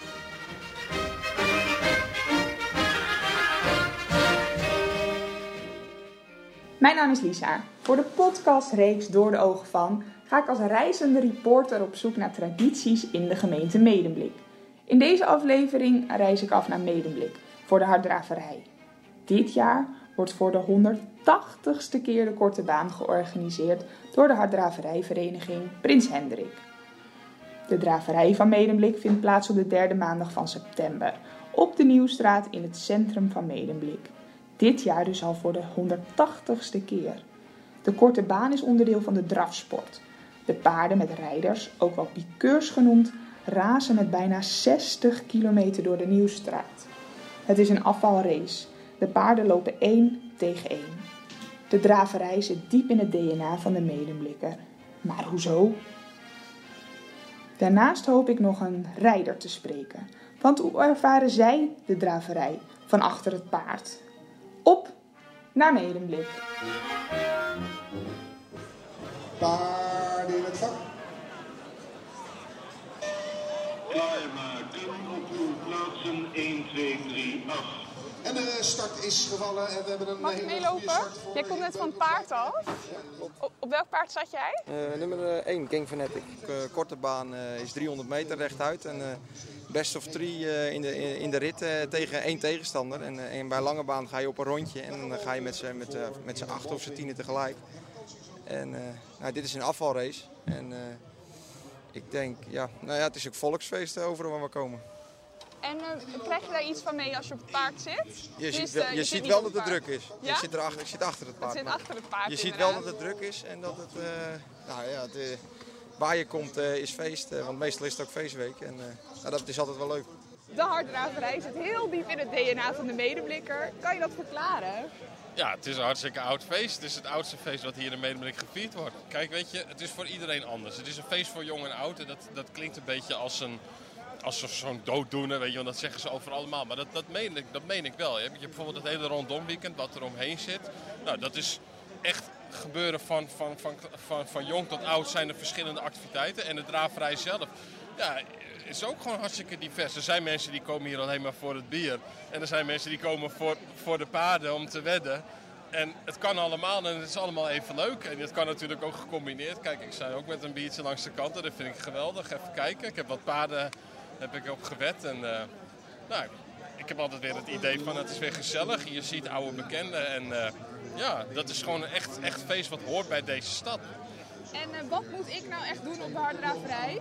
Mijn naam is Lisa. Voor de podcastreeks Door de Ogen van ga ik als reizende reporter op zoek naar tradities in de gemeente Medemblik. In deze aflevering reis ik af naar Medemblik voor de harddraverij. Dit jaar wordt voor de honderdtachtigste keer de korte baan georganiseerd door de harddraverijvereniging Prins Hendrik. De draverij van Medemblik vindt plaats op de derde maandag van september op de Nieuwstraat in het centrum van Medemblik. Dit jaar dus al voor de honderdtachtigste keer. De korte baan is onderdeel van de drafsport. De paarden met rijders, ook wel piqueurs genoemd, razen met bijna zestig kilometer door de Nieuwstraat. Het is een afvalrace. De paarden lopen één tegen één. De draverij zit diep in het D N A van de Medemblikker. Maar hoezo? Daarnaast hoop ik nog een rijder te spreken. Want hoe ervaren zij de draverij van achter het paard? Op naar Medemblik.
Paarden in het vak.
Klaarmaak en op uw plaatsen één, twee, drie, af.
En de start is gevallen en we hebben een
Mag ik
hele
meelopen?
goede start voor
Jij komt net van het paard af. Op, op welk paard zat jij?
Uh, nummer één, King Fanatic. Uh, korte baan uh, is driehonderd meter rechtuit. En uh, best of three uh, in, de, in, in de rit uh, tegen één tegenstander. En, uh, en bij lange baan ga je op een rondje en dan ga je met z'n met, uh, met z'n acht of z'n tienen tegelijk. En uh, nou, dit is een afvalrace. En uh, ik denk, ja, nou ja, het is ook volksfeest overal waar we komen.
En uh, krijg je daar iets van mee als je op het paard zit?
Je ziet
dus,
wel,
uh,
je
je
ziet
zit
wel
niet
dat
op
het
het
druk is.
Ja?
Je zit, erachter, je zit achter het paard.
Het zit achter het paard
Je ziet
inderdaad.
wel dat het druk is en dat het, uh, nou ja, het, uh, waar je komt uh, is feest. Uh, want meestal is het ook feestweek en uh, nou, dat is altijd wel leuk.
De harddraverij zit heel diep in het D N A van de Medeblikker. Kan je dat verklaren?
Ja, het is een hartstikke oud feest. Het is het oudste feest wat hier in Medemblik gevierd wordt. Kijk, weet je, het is voor iedereen anders. Het is een feest voor jong en oud en dat, dat klinkt een beetje als een... als zo'n dooddoener, weet je, want dat zeggen ze over allemaal. Maar dat, dat, meen ik, dat meen ik wel. Je hebt bijvoorbeeld het hele rondomweekend wat er omheen zit. Nou, dat is echt gebeuren van, van, van, van, van jong tot oud zijn er verschillende activiteiten. En de draverij zelf, ja, is ook gewoon hartstikke divers. Er zijn mensen die komen hier alleen maar voor het bier. En er zijn mensen die komen voor, voor de paarden om te wedden. En het kan allemaal en het is allemaal even leuk. En het kan natuurlijk ook gecombineerd. Kijk, ik sta ook met een biertje langs de kant. Dat vind ik geweldig. Even kijken. Ik heb wat paarden heb ik op gewed. En uh, nou, ik heb altijd weer het idee van het is weer gezellig. Je ziet oude bekenden. En uh, ja, dat is gewoon een echt, echt feest wat hoort bij deze stad.
En uh, wat moet ik nou echt doen op de harddraverij?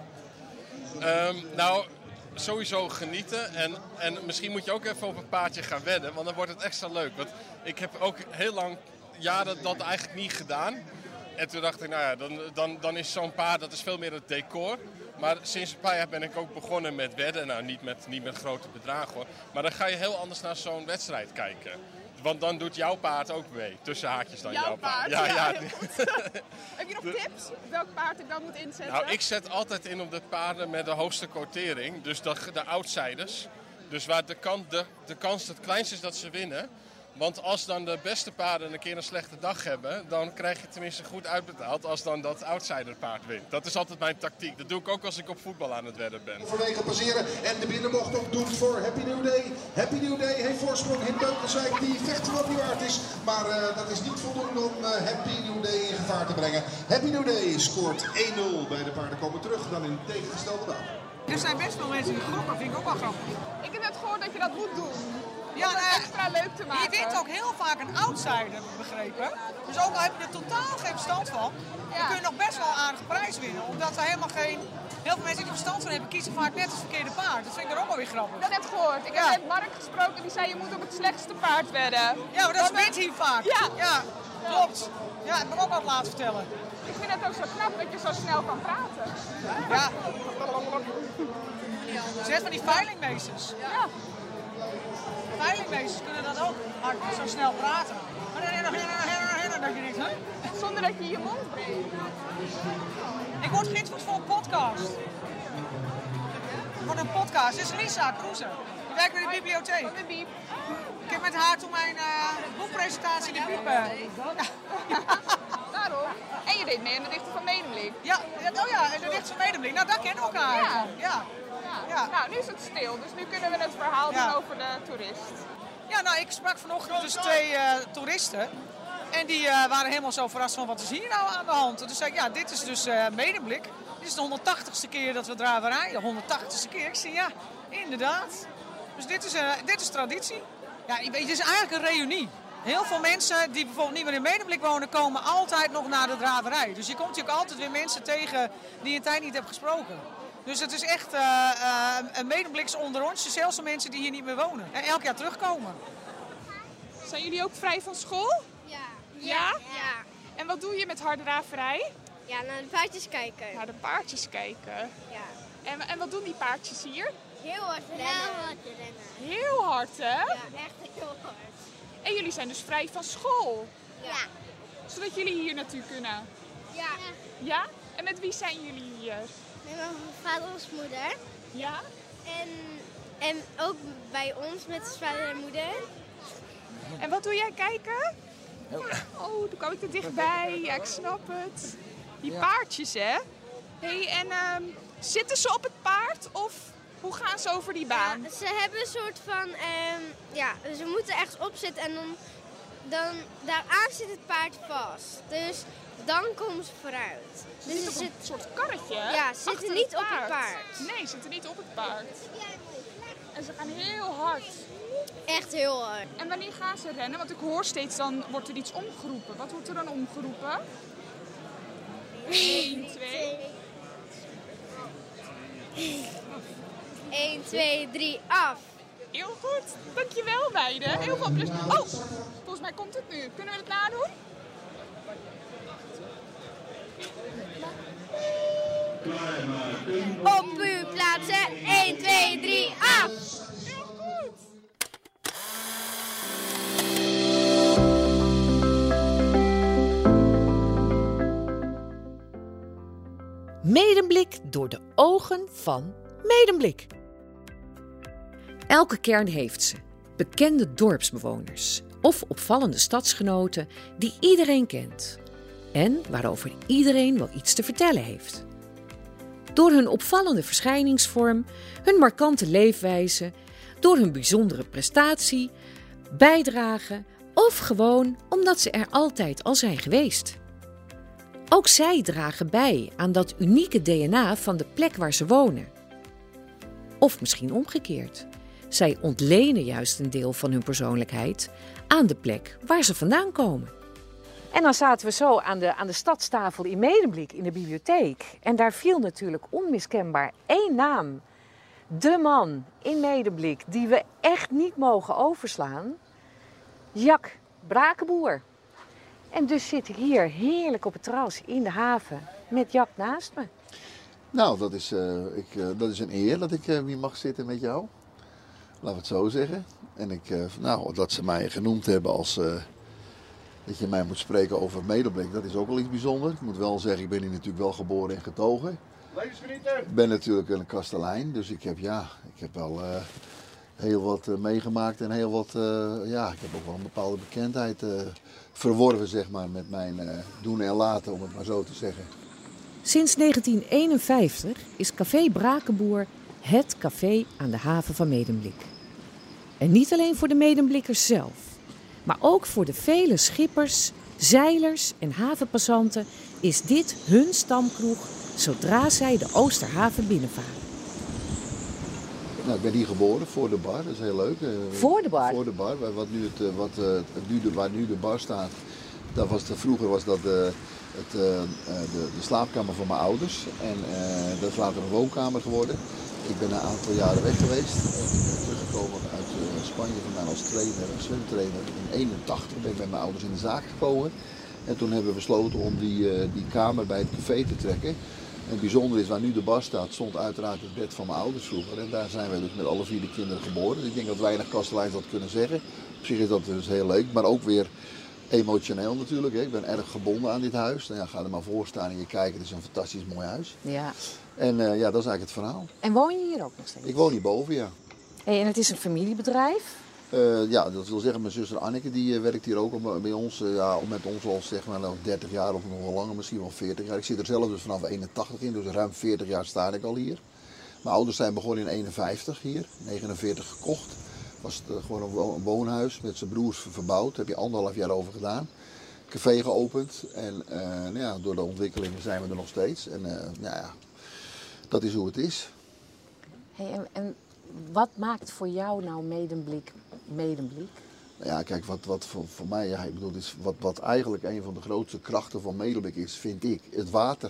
Um, nou, sowieso genieten. En, en misschien moet je ook even op een paardje gaan wedden. Want dan wordt het extra leuk. Want ik heb ook heel lang jaren dat eigenlijk niet gedaan. En toen dacht ik, nou ja, dan, dan, dan is zo'n paard, dat is veel meer het decor. Maar sinds een paar jaar ben ik ook begonnen met wedden. Nou, niet met, niet met grote bedragen hoor. Maar dan ga je heel anders naar zo'n wedstrijd kijken. Want dan doet jouw paard ook mee. Tussen haakjes dan jouw,
jouw
paard.
paard?
Ja, ja.
ja Heb je nog tips op welk paard ik dan moet inzetten?
Nou, ik zet altijd in op de paarden met de hoogste quotering. Dus de, de outsiders. Dus waar de, kan, de, de kans het kleinst is dat ze winnen. Want als dan de beste paarden een keer een slechte dag hebben, dan krijg je tenminste goed uitbetaald als dan dat outsiderpaard wint. Dat is altijd mijn tactiek. Dat doe ik ook als ik op voetbal aan het wedden ben.
Vanwege passeren en de binnenbocht ook doet voor Happy New Day. Happy New Day heeft voorsprong in Beukelswijk die vecht wat niet waard is. Maar uh, dat is niet voldoende om uh, Happy New Day in gevaar te brengen. Happy New Day scoort één nul. Beide paarden komen terug dan in tegengestelde baan.
Er zijn best wel mensen die gokken, vind ik ook wel grappig.
Ik heb net gehoord dat je dat moet doen.
Ja,
om het
nou,
extra leuk te maken.
Je wint ook heel vaak een outsider, heb ik begrepen. Dus ook al heb je er totaal geen verstand van,
Ja.
dan kun je nog best wel een aardige prijs winnen. Omdat er helemaal geen... Heel veel mensen die er verstand van hebben, kiezen vaak net het verkeerde paard. Dat vind ik er ook wel weer grappig.
Ik heb net gehoord. Ik
Ja.
heb met Mark gesproken die zei je moet op het slechtste paard wedden.
Ja, maar dat
Dan-
wint hier vaak.
Ja.
ja, klopt. Ja, dat heb ik ook al laten vertellen.
Ik vind het ook zo knap dat je zo snel kan praten.
Ja. Ze zijn van die veilingmeesters.
Ja.
Veilingmeesters kunnen dat ook, maar zo snel praten. Maar dan nog helemaal dat je denkt, hè?
Zonder dat je je mond breekt.
Ik word geïnterviewd voor een podcast. Voor een podcast. Dit is Lisa Kroeze. Die werkt bij de bibliotheek.
Van de biep.
Ik heb met haar toen mijn uh, boekpresentatie in de biep. Uh, ja.
Daarom. En je deed mee in de dichter van Medemblik.
Ja, ja, oh ja, en de dichter van Medemblik. Nou, daar kennen we elkaar.
Ja.
Ja.
Ja.
Ja.
Nou, nu is het stil, dus nu kunnen we het verhaal
Ja.
doen over de toerist.
Ja, nou, ik sprak vanochtend dus twee uh, toeristen. En die uh, waren helemaal zo verrast van wat is hier nou aan de hand. En toen zei ik, ja, dit is dus uh, Medemblik. Dit is de honderdtachtigste keer dat we draverij. De honderdtachtigste keer. Ik zei, ja, inderdaad. Dus dit is, uh, dit is traditie. Ja, je weet, het is eigenlijk een reunie. Heel veel mensen die bijvoorbeeld niet meer in Medemblik wonen, komen altijd nog naar de draverij. Dus je komt hier ook altijd weer mensen tegen die je een tijd niet hebt gesproken. Dus het is echt uh, uh, een Medebliks onder ons, zelfs de mensen die hier niet meer wonen. En elk jaar terugkomen.
Zijn jullie ook vrij van school?
Ja.
Ja?
Ja.
En wat doe je met harddraverij?
Ja, naar de paardjes kijken.
Naar de paardjes kijken.
Ja.
En, en wat doen die paardjes hier?
Heel hard rennen. Heel hard rennen.
Heel hard, hè?
Ja, echt heel hard.
En jullie zijn dus vrij van school?
Ja.
Zodat jullie hier naartoe kunnen?
Ja.
Ja? En met wie zijn jullie hier?
Met mijn vader en moeder.
Ja?
En, en ook bij ons met zijn vader en moeder.
En wat doe jij kijken? Oh, toen kwam ik er dichtbij. Ja, ik snap het. Die paardjes, hè? Hey, en um, zitten ze op het paard of hoe gaan ze over die baan?
Ja, ze hebben een soort van, um, ja, ze moeten echt opzitten en dan, dan daaraan zit het paard vast. Dus dan komen ze vooruit.
Ze
Dus
zitten op
zit,
een soort karretje, hè?
ja, ze
Achter
zitten niet op het paard.
Nee, ze zitten niet op het paard. En ze gaan heel hard.
Echt heel hard.
En wanneer gaan ze rennen? Want ik hoor steeds dan wordt er iets omgeroepen. Wat wordt er dan omgeroepen? Eén, twee.
één, twee, drie, af.
Heel goed. Dankjewel, meiden. Heel veel plezier. Oh, volgens mij komt het nu. Kunnen we het nadoen?
Op uw plaatsen. één, twee, drie, af.
Heel goed.
Medemblik door de ogen van Medemblik. Elke kern heeft ze. Bekende dorpsbewoners of opvallende stadsgenoten die iedereen kent. En waarover iedereen wel iets te vertellen heeft. Door hun opvallende verschijningsvorm, hun markante leefwijze, door hun bijzondere prestatie, bijdrage of gewoon omdat ze er altijd al zijn geweest. Ook zij dragen bij aan dat unieke D N A van de plek waar ze wonen. Of misschien omgekeerd. Zij ontlenen juist een deel van hun persoonlijkheid aan de plek waar ze vandaan komen. En dan zaten we zo aan de, aan de stadstafel in Medemblik in de bibliotheek. En daar viel natuurlijk onmiskenbaar één naam. De man in Medemblik die we echt niet mogen overslaan. Jack Brakenboer. En dus zit ik hier heerlijk op het terras in de haven met Jack naast me.
Nou, dat is, uh, ik, uh, dat is een eer dat ik uh, hier mag zitten met jou. Laten we het zo zeggen. En ik, uh, nou, dat ze mij genoemd hebben als... Uh, dat je mij moet spreken over Medemblik, dat is ook wel iets bijzonders. Ik moet wel zeggen, ik ben hier natuurlijk wel geboren en getogen. Ik ben natuurlijk een kastelein, dus ik heb, ja, ik heb wel uh, heel wat uh, meegemaakt en heel wat, uh, ja, ik heb ook wel een bepaalde bekendheid uh, verworven, zeg maar, met mijn uh, doen en laten, om het maar zo te zeggen.
Sinds negentien eenenvijftig is Café Brakenboer het café aan de haven van Medemblik. En niet alleen voor de Medemblikkers zelf, maar ook voor de vele schippers, zeilers en havenpassanten is dit hun stamkroeg zodra zij de Oosterhaven binnenvaren.
Nou, ik ben hier geboren, voor de bar, dat is heel leuk.
Voor de bar?
Voor de bar, wat nu het, wat, het nu de, waar nu de bar staat, dat was de, vroeger was dat de, het, de, de slaapkamer van mijn ouders. En uh, dat is later een woonkamer geworden. Ik ben een aantal jaren weg geweest. Ik ben teruggekomen uit uh, Spanje vandaan als trainer, als zwemtrainer. In eenentachtig ben ik met mijn ouders in de zaak gekomen. En toen hebben we besloten om die, uh, die kamer bij het café te trekken. En het bijzondere is, waar nu de bar staat, stond uiteraard het bed van mijn ouders vroeger. En daar zijn wij dus met alle vier de kinderen geboren. Dus ik denk dat weinig kasteleins dat kunnen zeggen. Op zich is dat dus heel leuk, maar ook weer emotioneel natuurlijk. Hè. Ik ben erg gebonden aan dit huis. Nou ja, ga er maar voor staan en je kijkt, het is een fantastisch mooi huis.
Ja.
En uh, ja, dat is eigenlijk het verhaal.
En woon je hier ook nog steeds?
Ik woon hierboven, ja.
Hey, en het is een familiebedrijf?
Uh, ja, dat wil zeggen, mijn zuster Anneke die uh, werkt hier ook bij ons. Uh, ja, met ons al zeg maar nog dertig jaar of nog wel langer, misschien wel veertig jaar. Ik zit er zelf dus vanaf eenentachtig in, dus ruim veertig jaar sta ik al hier. Mijn ouders zijn begonnen in eenenvijftig hier, negenenveertig gekocht. Was het uh, gewoon een, een woonhuis met zijn broers verbouwd. Daar heb je anderhalf jaar over gedaan. Café geopend en uh, nou ja, door de ontwikkelingen zijn we er nog steeds. En uh, nou ja, dat is hoe het is.
Hey, en, en wat maakt voor jou nou Medemblik Medemblik?
Nou ja, kijk, wat, wat voor, voor mij, ja, ik bedoel, is wat, wat eigenlijk een van de grootste krachten van Medemblik is, vind ik, het water.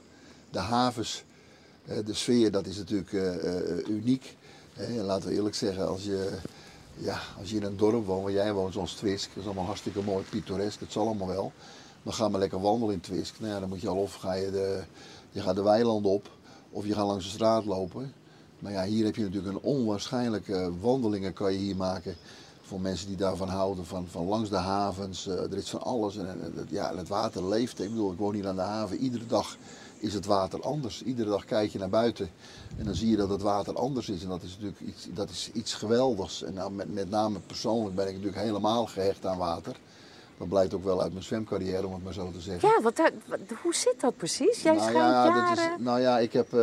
De havens, de sfeer, dat is natuurlijk uh, uh, uniek. Hè, laten we eerlijk zeggen, als je, ja, als je in een dorp woont, waar jij woont, zoals Twisk, dat is allemaal hartstikke mooi, pittoresk, dat zal allemaal wel. Maar ga maar lekker wandelen in Twisk. Nou ja, dan moet je al of ga je de, je gaat de weilanden op, of je gaat langs de straat lopen. Maar ja, hier heb je natuurlijk een onwaarschijnlijke wandelingen kan je hier maken. Voor mensen die daarvan houden, van, van langs de havens. Uh, er is van alles. En, en, ja, het water leeft. Ik bedoel, ik woon hier aan de haven. Iedere dag is het water anders. Iedere dag kijk je naar buiten. En dan zie je dat het water anders is. En dat is natuurlijk iets, dat is iets geweldigs. En nou, met, met name persoonlijk ben ik natuurlijk helemaal gehecht aan water. Dat blijkt ook wel uit mijn zwemcarrière, om het maar zo te zeggen.
Ja, wat, wat, hoe zit dat precies? Jij
nou
schijnt
ja,
jaren...
dat is, nou ja, ik heb, uh,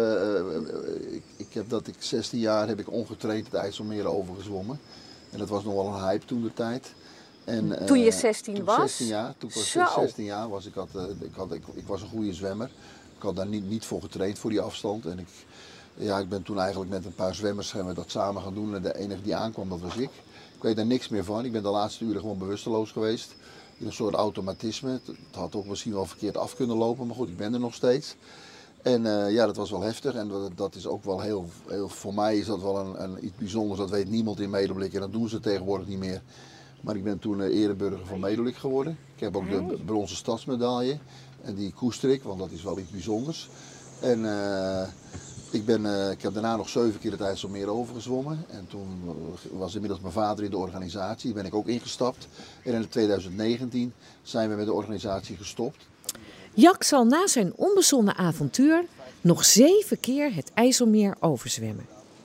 uh, ik, ik heb dat ik zestien jaar heb ik ongetraind het IJsselmeer overgezwommen. En dat was nog wel een hype toen de tijd. En, uh,
toen je zestien
toen
was?
zestien jaar, toen ik was
Zo.
zestien jaar was, ik, had, uh, ik, had, ik, ik was een goede zwemmer. Ik had daar niet, niet voor getraind, voor die afstand. En ik, ja, ik ben toen eigenlijk met een paar zwemmers we dat samen gaan doen. En de enige die aankwam, dat was ik. Ik weet daar niks meer van. Ik ben de laatste uren gewoon bewusteloos geweest. In een soort automatisme. Het had ook misschien wel verkeerd af kunnen lopen, maar goed, ik ben er nog steeds. En uh, ja, dat was wel heftig en dat, dat is ook wel heel, heel, voor mij is dat wel een, een, iets bijzonders. Dat weet niemand in Medemblik en dat doen ze tegenwoordig niet meer. Maar ik ben toen uh, ereburger van Medemblik geworden. Ik heb ook de bronzen stadsmedaille en die koester ik, want dat is wel iets bijzonders. En uh, ik, ben, uh, ik heb daarna nog zeven keer het IJsselmeer overgezwommen. En toen was inmiddels mijn vader in de organisatie, daar ben ik ook ingestapt. En in twintig negentien zijn we met de organisatie gestopt.
Jack zal na zijn onbezonnen avontuur nog zeven keer het IJsselmeer overzwemmen.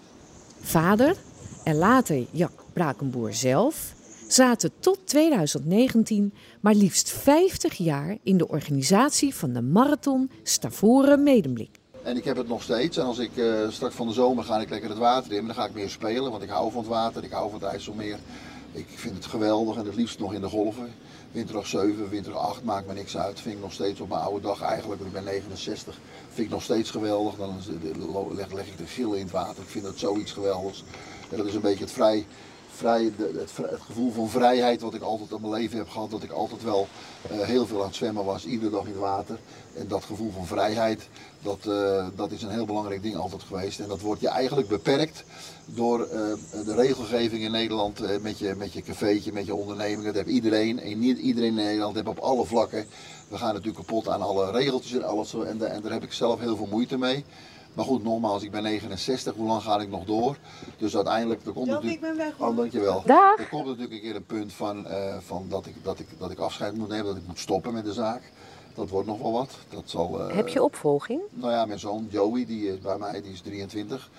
Vader en later Jack Brakenboer zelf zaten tot twintig negentien maar liefst vijftig jaar in de organisatie van de Marathon Stavoren Medemblik.
En ik heb het nog steeds. En als ik uh, straks van de zomer ga ik lekker het water in, dan ga ik meer spelen. Want ik hou van het water, ik hou van het IJsselmeer. Ik vind het geweldig en het liefst nog in de golven. Winterdag zeven, winterdag acht, maakt me niks uit. Vind ik nog steeds op mijn oude dag eigenlijk, want ik ben negenenzestig. Vind ik nog steeds geweldig. Dan leg, leg ik de gillen in het water. Ik vind dat zoiets geweldigs. En dat is een beetje het vrij... Vrij, het, het gevoel van vrijheid wat ik altijd in mijn leven heb gehad, dat ik altijd wel uh, heel veel aan het zwemmen was, iedere dag in het water. En dat gevoel van vrijheid, dat, uh, dat is een heel belangrijk ding altijd geweest. En dat wordt je eigenlijk beperkt door uh, de regelgeving in Nederland uh, met, je, met je cafeetje, met je onderneming. Dat heeft iedereen, en niet iedereen in Nederland heeft op alle vlakken. We gaan natuurlijk kapot aan alle regeltjes en alles. En, de, en daar heb ik zelf heel veel moeite mee. Maar goed, nogmaals, ik ben negenenzestig, hoe lang ga ik nog door? Dus uiteindelijk, er komt natuurlijk...
ik ben weg, hoor.
Oh, dankjewel.
Dag.
Er komt natuurlijk een keer een punt van, uh, van dat, ik, dat, ik, dat ik afscheid moet nemen, dat ik moet stoppen met de zaak. Dat wordt nog wel wat. Dat zal, uh,
Heb je opvolging?
Nou ja, mijn zoon Joey, die is bij mij, die is drieëntwintig.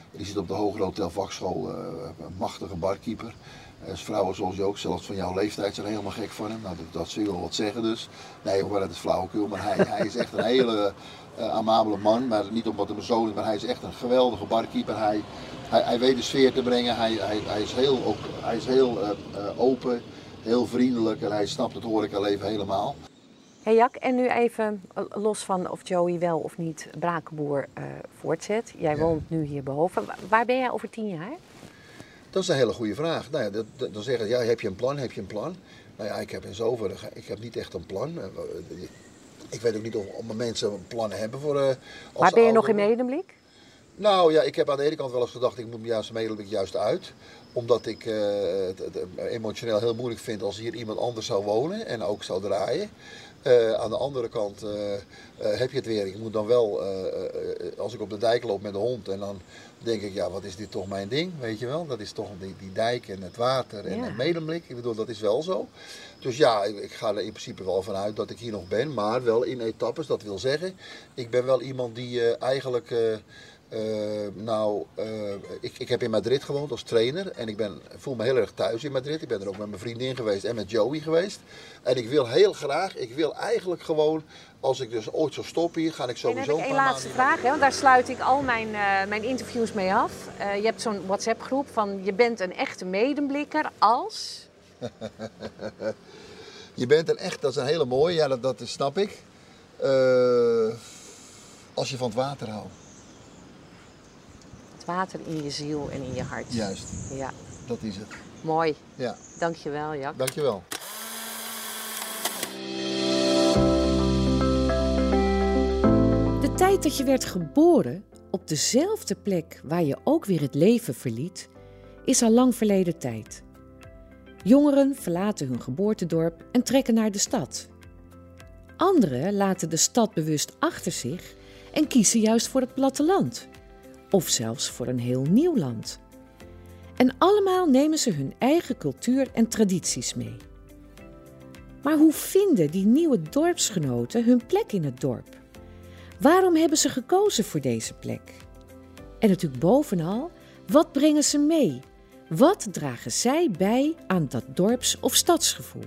Die zit op de Hoger Hotel Vakschool, uh, een machtige barkeeper. Uh, vrouwen zoals je ook, zelfs van jouw leeftijd, zijn helemaal gek van hem. Nou, dat, dat zul je wel wat zeggen dus. Nee, maar dat is flauwekul. Maar hij, hij is echt een hele uh, amabele man. Maar niet omdat hij mijn zoon is, maar hij is echt een geweldige barkeeper. Hij, hij, hij weet de sfeer te brengen. Hij, hij, hij is heel, ook, hij is heel uh, uh, open, heel vriendelijk en hij snapt het horecaleven helemaal.
Hey Jack, en nu even los van of Joey wel of niet Brakenboer uh, voortzet. Jij ja. woont nu hierboven. Waar ben jij over tien jaar?
Dat is een hele goede vraag. Nou ja, dat, dat, dan zeggen ze, ja, heb je een plan, heb je een plan? Nou ja, ik heb in zoverre, ik heb niet echt een plan. Ik weet ook niet of, of mensen een plan hebben voor... Uh, als
Waar ben je
ouder.
nog in Medemblik?
Nou ja, ik heb aan de ene kant wel eens gedacht, ik moet me juist Medemblik juist uit. Omdat ik uh, het, het emotioneel heel moeilijk vind als hier iemand anders zou wonen en ook zou draaien. Uh, aan de andere kant uh, uh, heb je het weer. Ik moet dan wel, uh, uh, als ik op de dijk loop met de hond en dan denk ik, ja, wat is dit toch mijn ding, weet je wel? Dat is toch die, die dijk en het water en ja. het Medemblik. Ik bedoel, dat is wel zo. Dus ja, ik, ik ga er in principe wel vanuit dat ik hier nog ben, maar wel in etappes. Dat wil zeggen, ik ben wel iemand die uh, eigenlijk... Uh, Uh, nou, uh, ik, ik heb in Madrid gewoond als trainer en ik ben, voel me heel erg thuis in Madrid. Ik ben er ook met mijn vriendin geweest en met Joey geweest. En ik wil heel graag, ik wil eigenlijk gewoon, als ik dus ooit zou stoppen hier, ga ik sowieso...
En dan heb ik één laatste vraag, hè, want daar sluit ik al mijn, uh, mijn interviews mee af. Uh, je hebt zo'n WhatsApp groep van, je bent een echte Medemblikker als...
Je bent een echt, dat is een hele mooie, ja dat, dat snap ik. Uh, als je van het water houdt.
Water in je ziel en in je hart.
Juist.
Ja.
Dat is het.
Mooi.
Ja.
Dankjewel, Jack.
Dankjewel.
De tijd dat je werd geboren op dezelfde plek waar je ook weer het leven verliet, is al lang verleden tijd. Jongeren verlaten hun geboortedorp en trekken naar de stad. Anderen laten de stad bewust achter zich en kiezen juist voor het platteland. Of zelfs voor een heel nieuw land. En allemaal nemen ze hun eigen cultuur en tradities mee. Maar hoe vinden die nieuwe dorpsgenoten hun plek in het dorp? Waarom hebben ze gekozen voor deze plek? En natuurlijk bovenal, wat brengen ze mee? Wat dragen zij bij aan dat dorps- of stadsgevoel?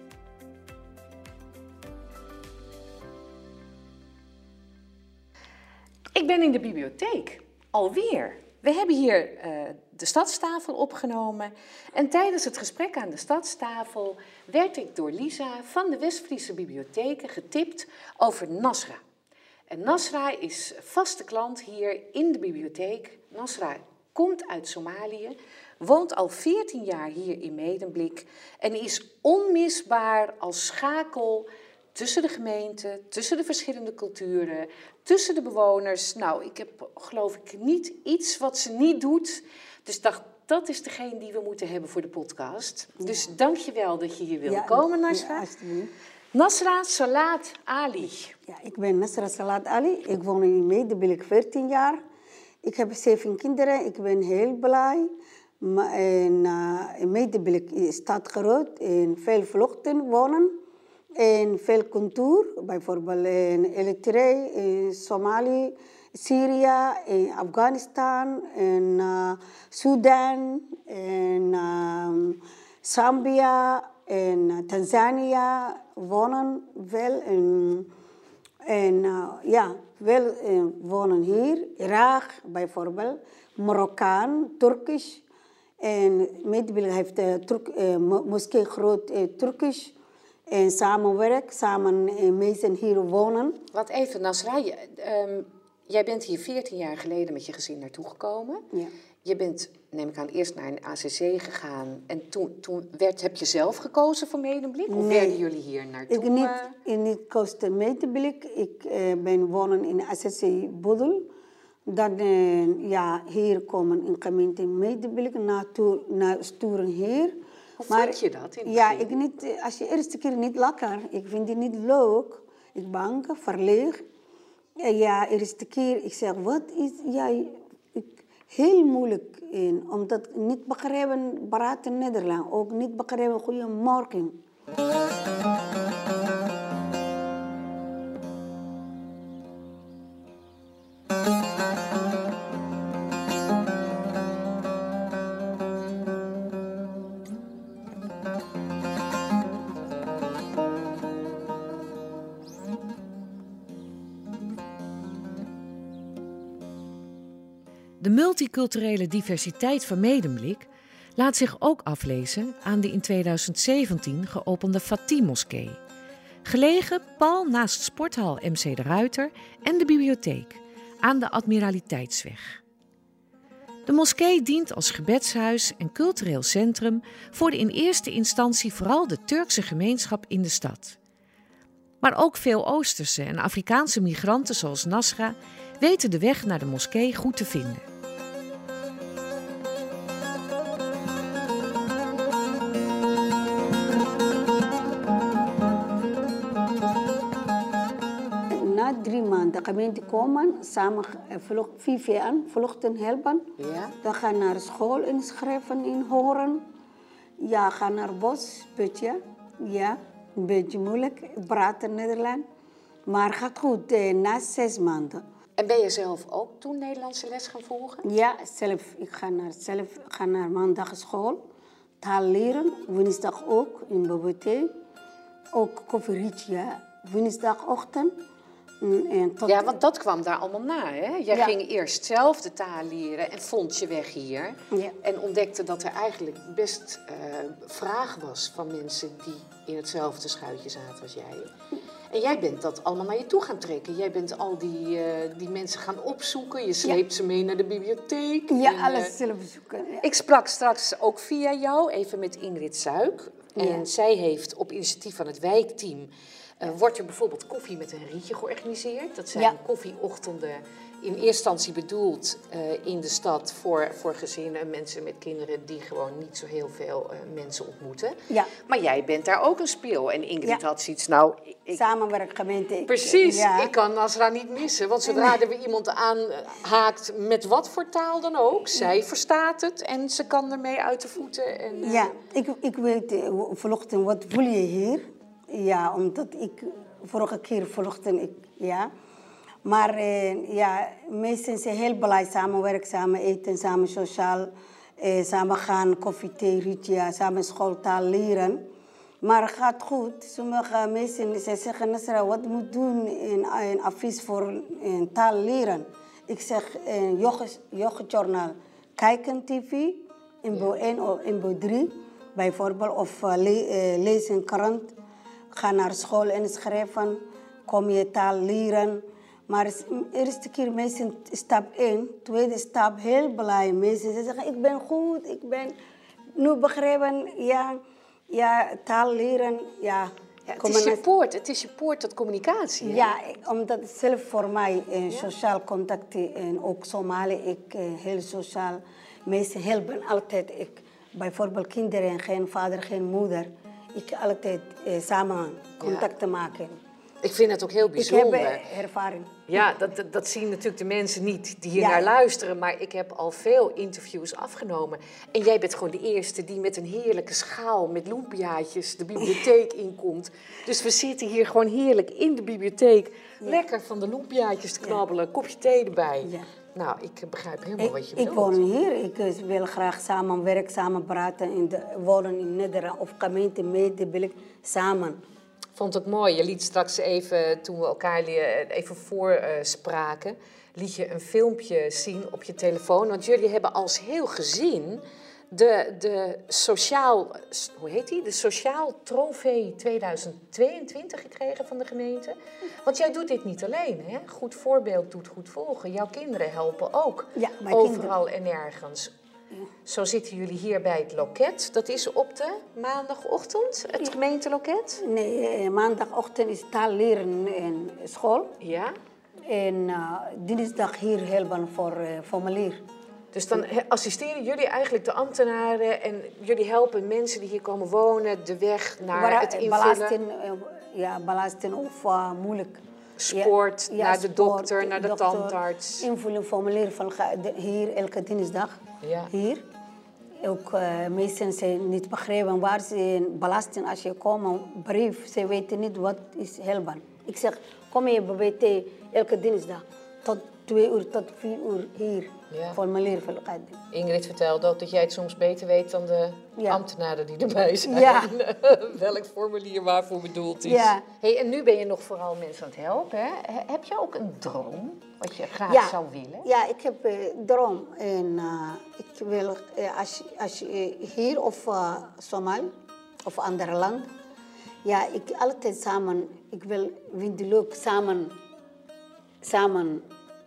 Ik ben in de bibliotheek. Alweer. We hebben hier uh, de stadstafel opgenomen. En tijdens het gesprek aan de stadstafel werd ik door Lisa van de West-Friese Bibliotheken getipt over Nasra. En Nasra is vaste klant hier in de bibliotheek. Nasra komt uit Somalië, woont al veertien jaar hier in Medemblik en is onmisbaar als schakel tussen de gemeente, tussen de verschillende culturen, tussen de bewoners. Nou, ik heb geloof ik niet iets wat ze niet doet. Dus dacht, dat is degene die we moeten hebben voor de podcast. Ja. Dus dank je wel dat je hier wilde ja, komen, Nasra. Ja, alsjeblieft. Nasra Salat Ali.
Ja, ik ben Nasra Salat Ali. Ik woon in Medemblik veertien jaar. Ik heb zeven kinderen. Ik ben heel blij. Maar in, uh, in Medemblik is stad groot en veel vluchten wonen. En veel cultuur, bijvoorbeeld in Eritrea, in Somalië, Syrië, in Afghanistan, in uh, Sudan, in uh, Zambia, in Tanzania wonen veel. En, en uh, ja, veel uh, wonen hier. Irak bijvoorbeeld, Marokkaan, Turkisch. En Medemblik heeft uh, Turk, uh, moskee groot uh, Turkisch. En samenwerk, samen uh, mensen hier wonen.
Wat even, Nasra, je, um, jij bent hier veertien jaar geleden met je gezin naartoe gekomen.
Ja.
Je bent, neem ik aan, eerst naar een A C C gegaan. En toen, toen werd, heb je zelf gekozen voor Medemblik? Of nee, werden jullie hier naartoe?
Ik niet, ik niet koos Medemblik. Ik uh, ben wonen in A C C Boedel. Dan uh, ja, hier komen in gemeente Medemblik naartoe, naar sturen hier.
Hoe
maar,
vond je dat? In
ja, ik niet, als je eerste keer niet lekker, ik vind het niet leuk. Ik bang, verleeg. Ja, eerste keer, ik zeg, wat is, ja, ik, heel moeilijk. In, omdat ik niet begrijpen praten Nederlands, ook niet begrijpen goeiemorgen.
De multiculturele diversiteit van Medemblik laat zich ook aflezen aan de in tweeduizend zeventien geopende Fatih-moskee. Gelegen pal naast sporthal M C de Ruiter en de bibliotheek aan de Admiraliteitsweg. De moskee dient als gebedshuis en cultureel centrum voor de in eerste instantie vooral de Turkse gemeenschap in de stad. Maar ook veel Oosterse en Afrikaanse migranten zoals Nasra weten de weg naar de moskee goed te vinden.
Na drie maanden de gemeente komen, samen V V N, vluchten helpen.
Ja.
Dan gaan naar school inschrijven in Horen. Ja, gaan naar bos, putje. Ja, een beetje moeilijk, praten Nederlands. Maar gaat goed, eh, na zes maanden.
En ben je zelf ook toen Nederlandse les gaan volgen?
Ja, zelf. Ik ga naar, zelf, ga naar maandag school. Taal leren, woensdag ook in de bibliotheek. Ook koffierietje, ja, woensdagochtend. En tot...
Ja, want dat kwam daar allemaal na, hè? Jij
Ja.
ging eerst zelf de taal leren en vond je weg hier.
Ja.
En ontdekte dat er eigenlijk best uh, vraag was van mensen die in hetzelfde schuitje zaten als jij. En jij bent dat allemaal naar je toe gaan trekken. Jij bent al die, uh, die mensen gaan opzoeken. Je sleept ze mee naar de bibliotheek.
Ja,
en,
alles
uh,
zelf zoeken. Ja.
Ik sprak straks ook via jou even met Ingrid Zuik. En
Ja.
zij heeft op initiatief van het wijkteam... Uh, wordt er bijvoorbeeld koffie met een rietje georganiseerd. Dat zijn
Ja.
koffieochtenden in eerste instantie bedoeld uh, in de stad voor, voor gezinnen en mensen met kinderen die gewoon niet zo heel veel uh, mensen ontmoeten.
Ja.
Maar jij bent daar ook een speel. En Ingrid
Ja.
had zoiets, nou... Ik,
Samenwerk gemeente. ik-
precies,
Ja.
ik kan Nasra niet missen. Want zodra er weer iemand aanhaakt met wat voor taal dan ook, zij verstaat het en ze kan ermee uit de voeten. En, uh,
Ja, ik, ik weet eh, vanochtend, wat voel je hier? Ja, omdat ik vorige keer vanochtend, ik, ja. Maar eh, ja, meesten zijn heel blij, samenwerken, samen eten, samen sociaal, eh, samen gaan, koffie, thee, rietje, samen schooltaal leren. Maar het gaat goed. Sommige mensen ze zeggen, Nasra, wat moet doen in een advies voor een taal leren? Ik zeg, een yoghurtjournaal, kijken tv, in bo één of in bo drie bijvoorbeeld, of uh, le uh, lezen een krant. Ga naar school inschrijven, kom je taal leren. Maar de eerste keer mensen stap één, tweede stap heel blij. Mensen ze zeggen, ik ben goed, ik ben nu begrepen, ja, ja taal leren, ja.
ja, het is je poort, het is je poort tot communicatie. Hè?
Ja, omdat het zelf voor mij eh, ja. sociaal contacten en ook Somalië, ik eh, heel sociaal. Mensen helpen altijd, ik, bijvoorbeeld kinderen, geen vader, geen moeder. Ik altijd eh, samen contacten ja. maken.
Ik vind het ook heel bijzonder.
Ik heb ervaring.
Ja, dat, dat, dat zien natuurlijk de mensen niet die hier ja. naar luisteren. Maar ik heb al veel interviews afgenomen. En jij bent gewoon de eerste die met een heerlijke schaal met lumpiaatjes de bibliotheek inkomt. Dus we zitten hier gewoon heerlijk in de bibliotheek. Ja. Lekker van de lumpiaatjes te knabbelen, ja. kopje thee erbij. Ja. Nou, ik begrijp helemaal
ik,
wat je
ik
bedoelt.
Ik woon hier. Ik wil graag samen werken, samen praten. In de, wonen in Nederland of gemeente Medemblik samen.
Ik vond het mooi. Je liet straks even, toen we elkaar even voorspraken, liet je een filmpje zien op je telefoon. Want jullie hebben als heel gezin de, de sociaal, hoe heet die? De Sociaal Trofee tweeduizend tweeëntwintig gekregen van de gemeente. Want jij doet dit niet alleen, hè? Goed voorbeeld doet goed volgen. Jouw kinderen helpen ook
ja,
overal kinderen. En ergens. Zo zitten jullie hier bij het loket. Dat is op de maandagochtend, het ja. gemeenteloket?
Nee, maandagochtend is taal leren in school.
Ja.
En uh, dinsdag hier helpen voor uh, formulier.
Dus dan assisteren jullie eigenlijk de ambtenaren en jullie helpen mensen die hier komen wonen de weg naar Waar, het invullen?
Belasting, uh, ja, belasting of uh, moeilijk.
Sport, ja, naar
ja,
de
sport,
dokter, naar de
dokter,
tandarts.
Invullen formulier van hier elke dinsdag.
Ja.
Hier. Ook uh, mensen zijn niet begrepen waar ze belasting als je komt, een brief, ze weten niet wat is helpen. Ik zeg, kom je bij B T elke dinsdag tot twee uur tot vier uur hier
Ja.
voor mijn leervergadering.
Ingrid vertelde ook dat jij het soms beter weet dan de
Ja.
ambtenaren die erbij zijn.
Ja.
Welk formulier waarvoor bedoeld is.
Ja.
Hey, en nu ben je nog vooral mensen aan het helpen. Hè? He- Heb je ook een droom wat je graag
Ja.
zou willen?
Ja, ik heb een droom. En uh, ik wil, uh, als, als je uh, hier of uh, Somalië of ander land, ja, ik altijd samen, ik wil vind het leuk samen, samen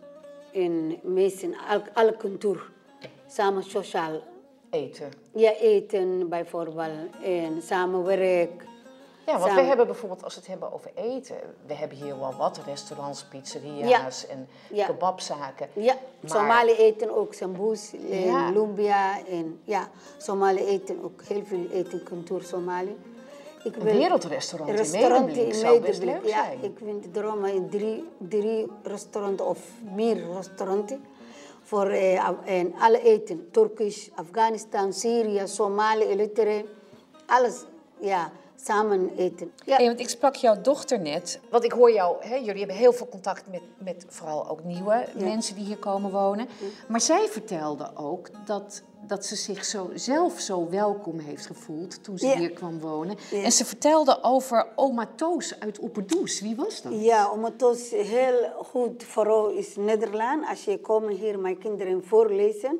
in mensen, al, alle cultuur, samen sociaal
eten.
Ja, eten bijvoorbeeld en samenwerk.
Ja, want
Samen-
we hebben bijvoorbeeld, als we het hebben over eten, we hebben hier wel wat restaurants, pizzeria's en
Ja.
kebabzaken.
Ja,
Maar-
Somalië eten ook samboes en
Ja.
lumbia. En ja, Somalië eten ook heel veel eten, cultuur Somalië. Ik
Een wereldrestaurant in
restaurant
Medemblik zou best
Medemblik,
leuk
ja,
zijn.
ik vind dromen in drie, drie restauranten of meer restauranten. Voor eh, Af- en alle eten, Turkisch, Afghanistan, Syrië, Somalië, Eritrea. Alles, ja, samen eten. Ja.
Hey, want ik sprak jouw dochter net, want ik hoor jou, hè, jullie hebben heel veel contact met, met vooral ook nieuwe
Ja.
mensen die hier komen wonen. Maar zij vertelde ook dat, dat ze zich zo, zelf zo welkom heeft gevoeld toen ze
Ja.
hier kwam wonen.
Ja.
En ze vertelde over oma Toos uit Opperdoes. Wie was dat?
Ja, omdat het is heel goed vooral is Nederland. Als je komt hier mijn kinderen voorlezen.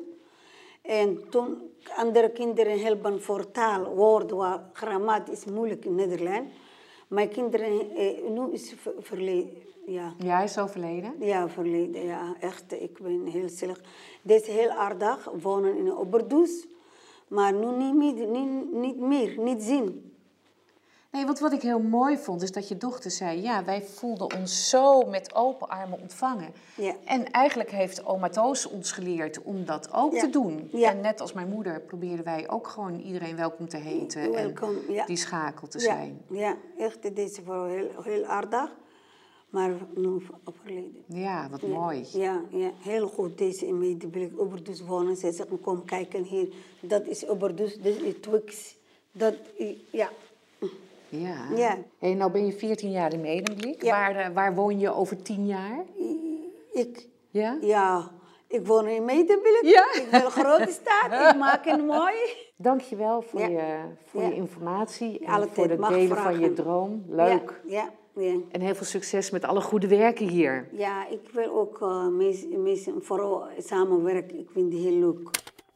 En toen andere kinderen helpen voor taal, woorden, waar grammatie is moeilijk in Nederland. Mijn kinderen, eh, nu is ver- verleden. Ja.
Ja, hij is overleden.
Ja, verleden, ja, echt. Ik ben heel zielig. Dit is heel aardig, wonen in Opperdoes. Maar nu niet meer, niet, niet meer, niet zien.
Nee, want wat ik heel mooi vond, is dat je dochter zei, ja, wij voelden ons zo met open armen ontvangen.
Ja.
En eigenlijk heeft oma Toos ons geleerd om dat ook
Ja.
te doen.
Ja.
En net als mijn moeder probeerden wij ook gewoon iedereen welkom te heten.
Welkom,
en
ja.
die schakel te
Ja,
zijn.
ja, echt. Dit is vooral heel, heel aardig. Maar nu overleden.
Ja, wat
Ja,
mooi.
Ja, ja, heel goed. Deze in Medemblik, Opperdoes wonen. Ze zeggen, kom kijken hier. Dat is Opperdoes, dit is Twix. Dat, i- ja.
Ja.
Ja.
Hey, nou ben je veertien jaar in Medemblik.
Ja.
Waar, eh, waar woon je over tien jaar?
Ik?
Ja?
Ja, ik woon in Medemblik.
Ja.
Ik wil een grote stad. Ik maak het mooi.
Dank je wel voor,
Ja.
je, voor
Ja.
je informatie en
Altijd
voor het
mag
delen van je
vragen.
droom. Leuk.
Ja, ja, ja.
En heel veel succes met alle goede werken hier.
Ja, ik wil ook uh, mensen, mensen vooral samenwerken. Ik vind het heel leuk.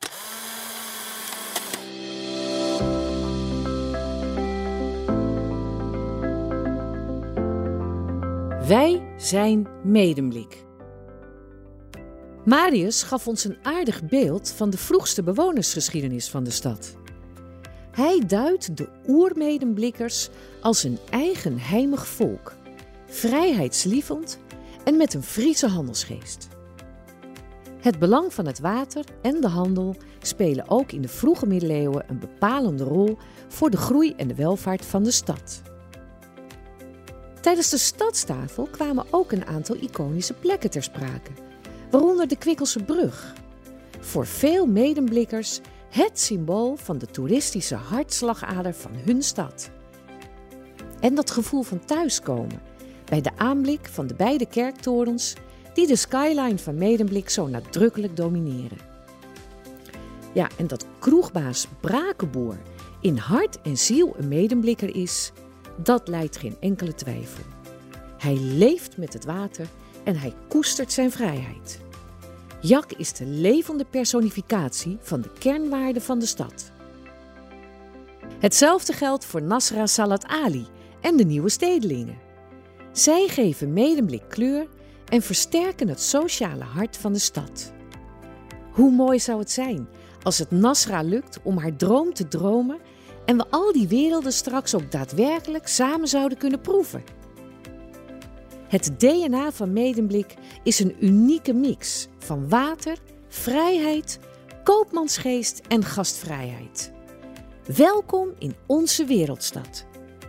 Wij zijn Medemblik. Marius gaf ons een aardig beeld van de vroegste bewonersgeschiedenis van de stad. Hij duidt de oer-Medemblikkers als een eigen heimig volk, vrijheidslievend en met een Friese handelsgeest. Het belang van het water en de handel spelen ook in de vroege middeleeuwen een bepalende rol voor de groei en de welvaart van de stad. Tijdens de stadstafel kwamen ook een aantal iconische plekken ter sprake, waaronder de Kwikkelse brug. Voor veel Medemblikkers het symbool van de toeristische hartslagader van hun stad. En dat gevoel van thuiskomen bij de aanblik van de beide kerktorens die de skyline van Medemblik zo nadrukkelijk domineren. Ja, en dat kroegbaas Brakenboer in hart en ziel een Medemblikker is, dat lijdt geen enkele twijfel. Hij leeft met het water en hij koestert zijn vrijheid. Jak is de levende personificatie van de kernwaarden van de stad. Hetzelfde geldt voor Nasra Salat Ali en de nieuwe stedelingen. Zij geven Medemblik kleur en versterken het sociale hart van de stad. Hoe mooi zou het zijn als het Nasra lukt om haar droom te dromen en we al die werelden straks ook daadwerkelijk samen zouden kunnen proeven. Het D N A van Medemblik is een unieke mix van water, vrijheid, koopmansgeest en gastvrijheid. Welkom in onze wereldstad.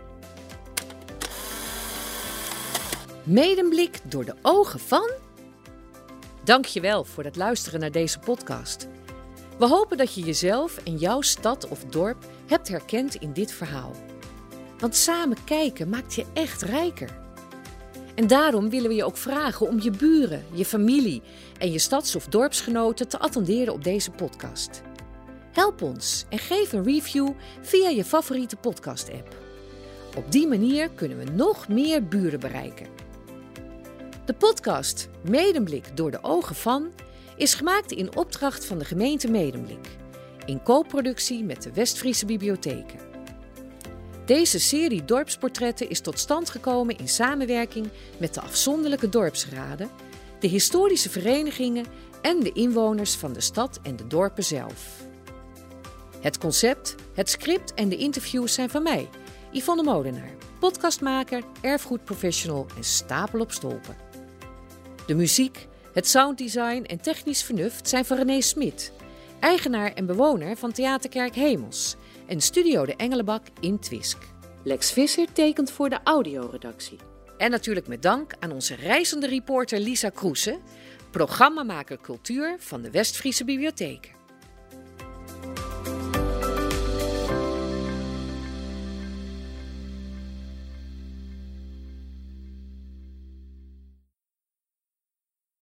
Medemblik door de ogen van... Dank je wel voor het luisteren naar deze podcast. We hopen dat je jezelf en jouw stad of dorp hebt herkend in dit verhaal. Want samen kijken maakt je echt rijker. En daarom willen we je ook vragen om je buren, je familie en je stads- of dorpsgenoten te attenderen op deze podcast. Help ons en geef een review via je favoriete podcast-app. Op die manier kunnen we nog meer buren bereiken. De podcast Medemblik door de ogen van is gemaakt in opdracht van de gemeente Medemblik, in co-productie met de West-Friese Bibliotheken. Deze serie dorpsportretten is tot stand gekomen in samenwerking met de afzonderlijke dorpsraden, de historische verenigingen en de inwoners van de stad en de dorpen zelf. Het concept, het script en de interviews zijn van mij, Yvonne Molenaar, podcastmaker, erfgoedprofessional en stapel op stolpen. De muziek, het sounddesign en technisch vernuft zijn van René Smit, eigenaar en bewoner van Theaterkerk Hemels en Studio de Engelenbak in Twisk. Lex Visser tekent voor de audioredactie. En natuurlijk met dank aan onze reizende reporter Lisa Kroesen, programmamaker cultuur van de West-Friese Bibliotheken.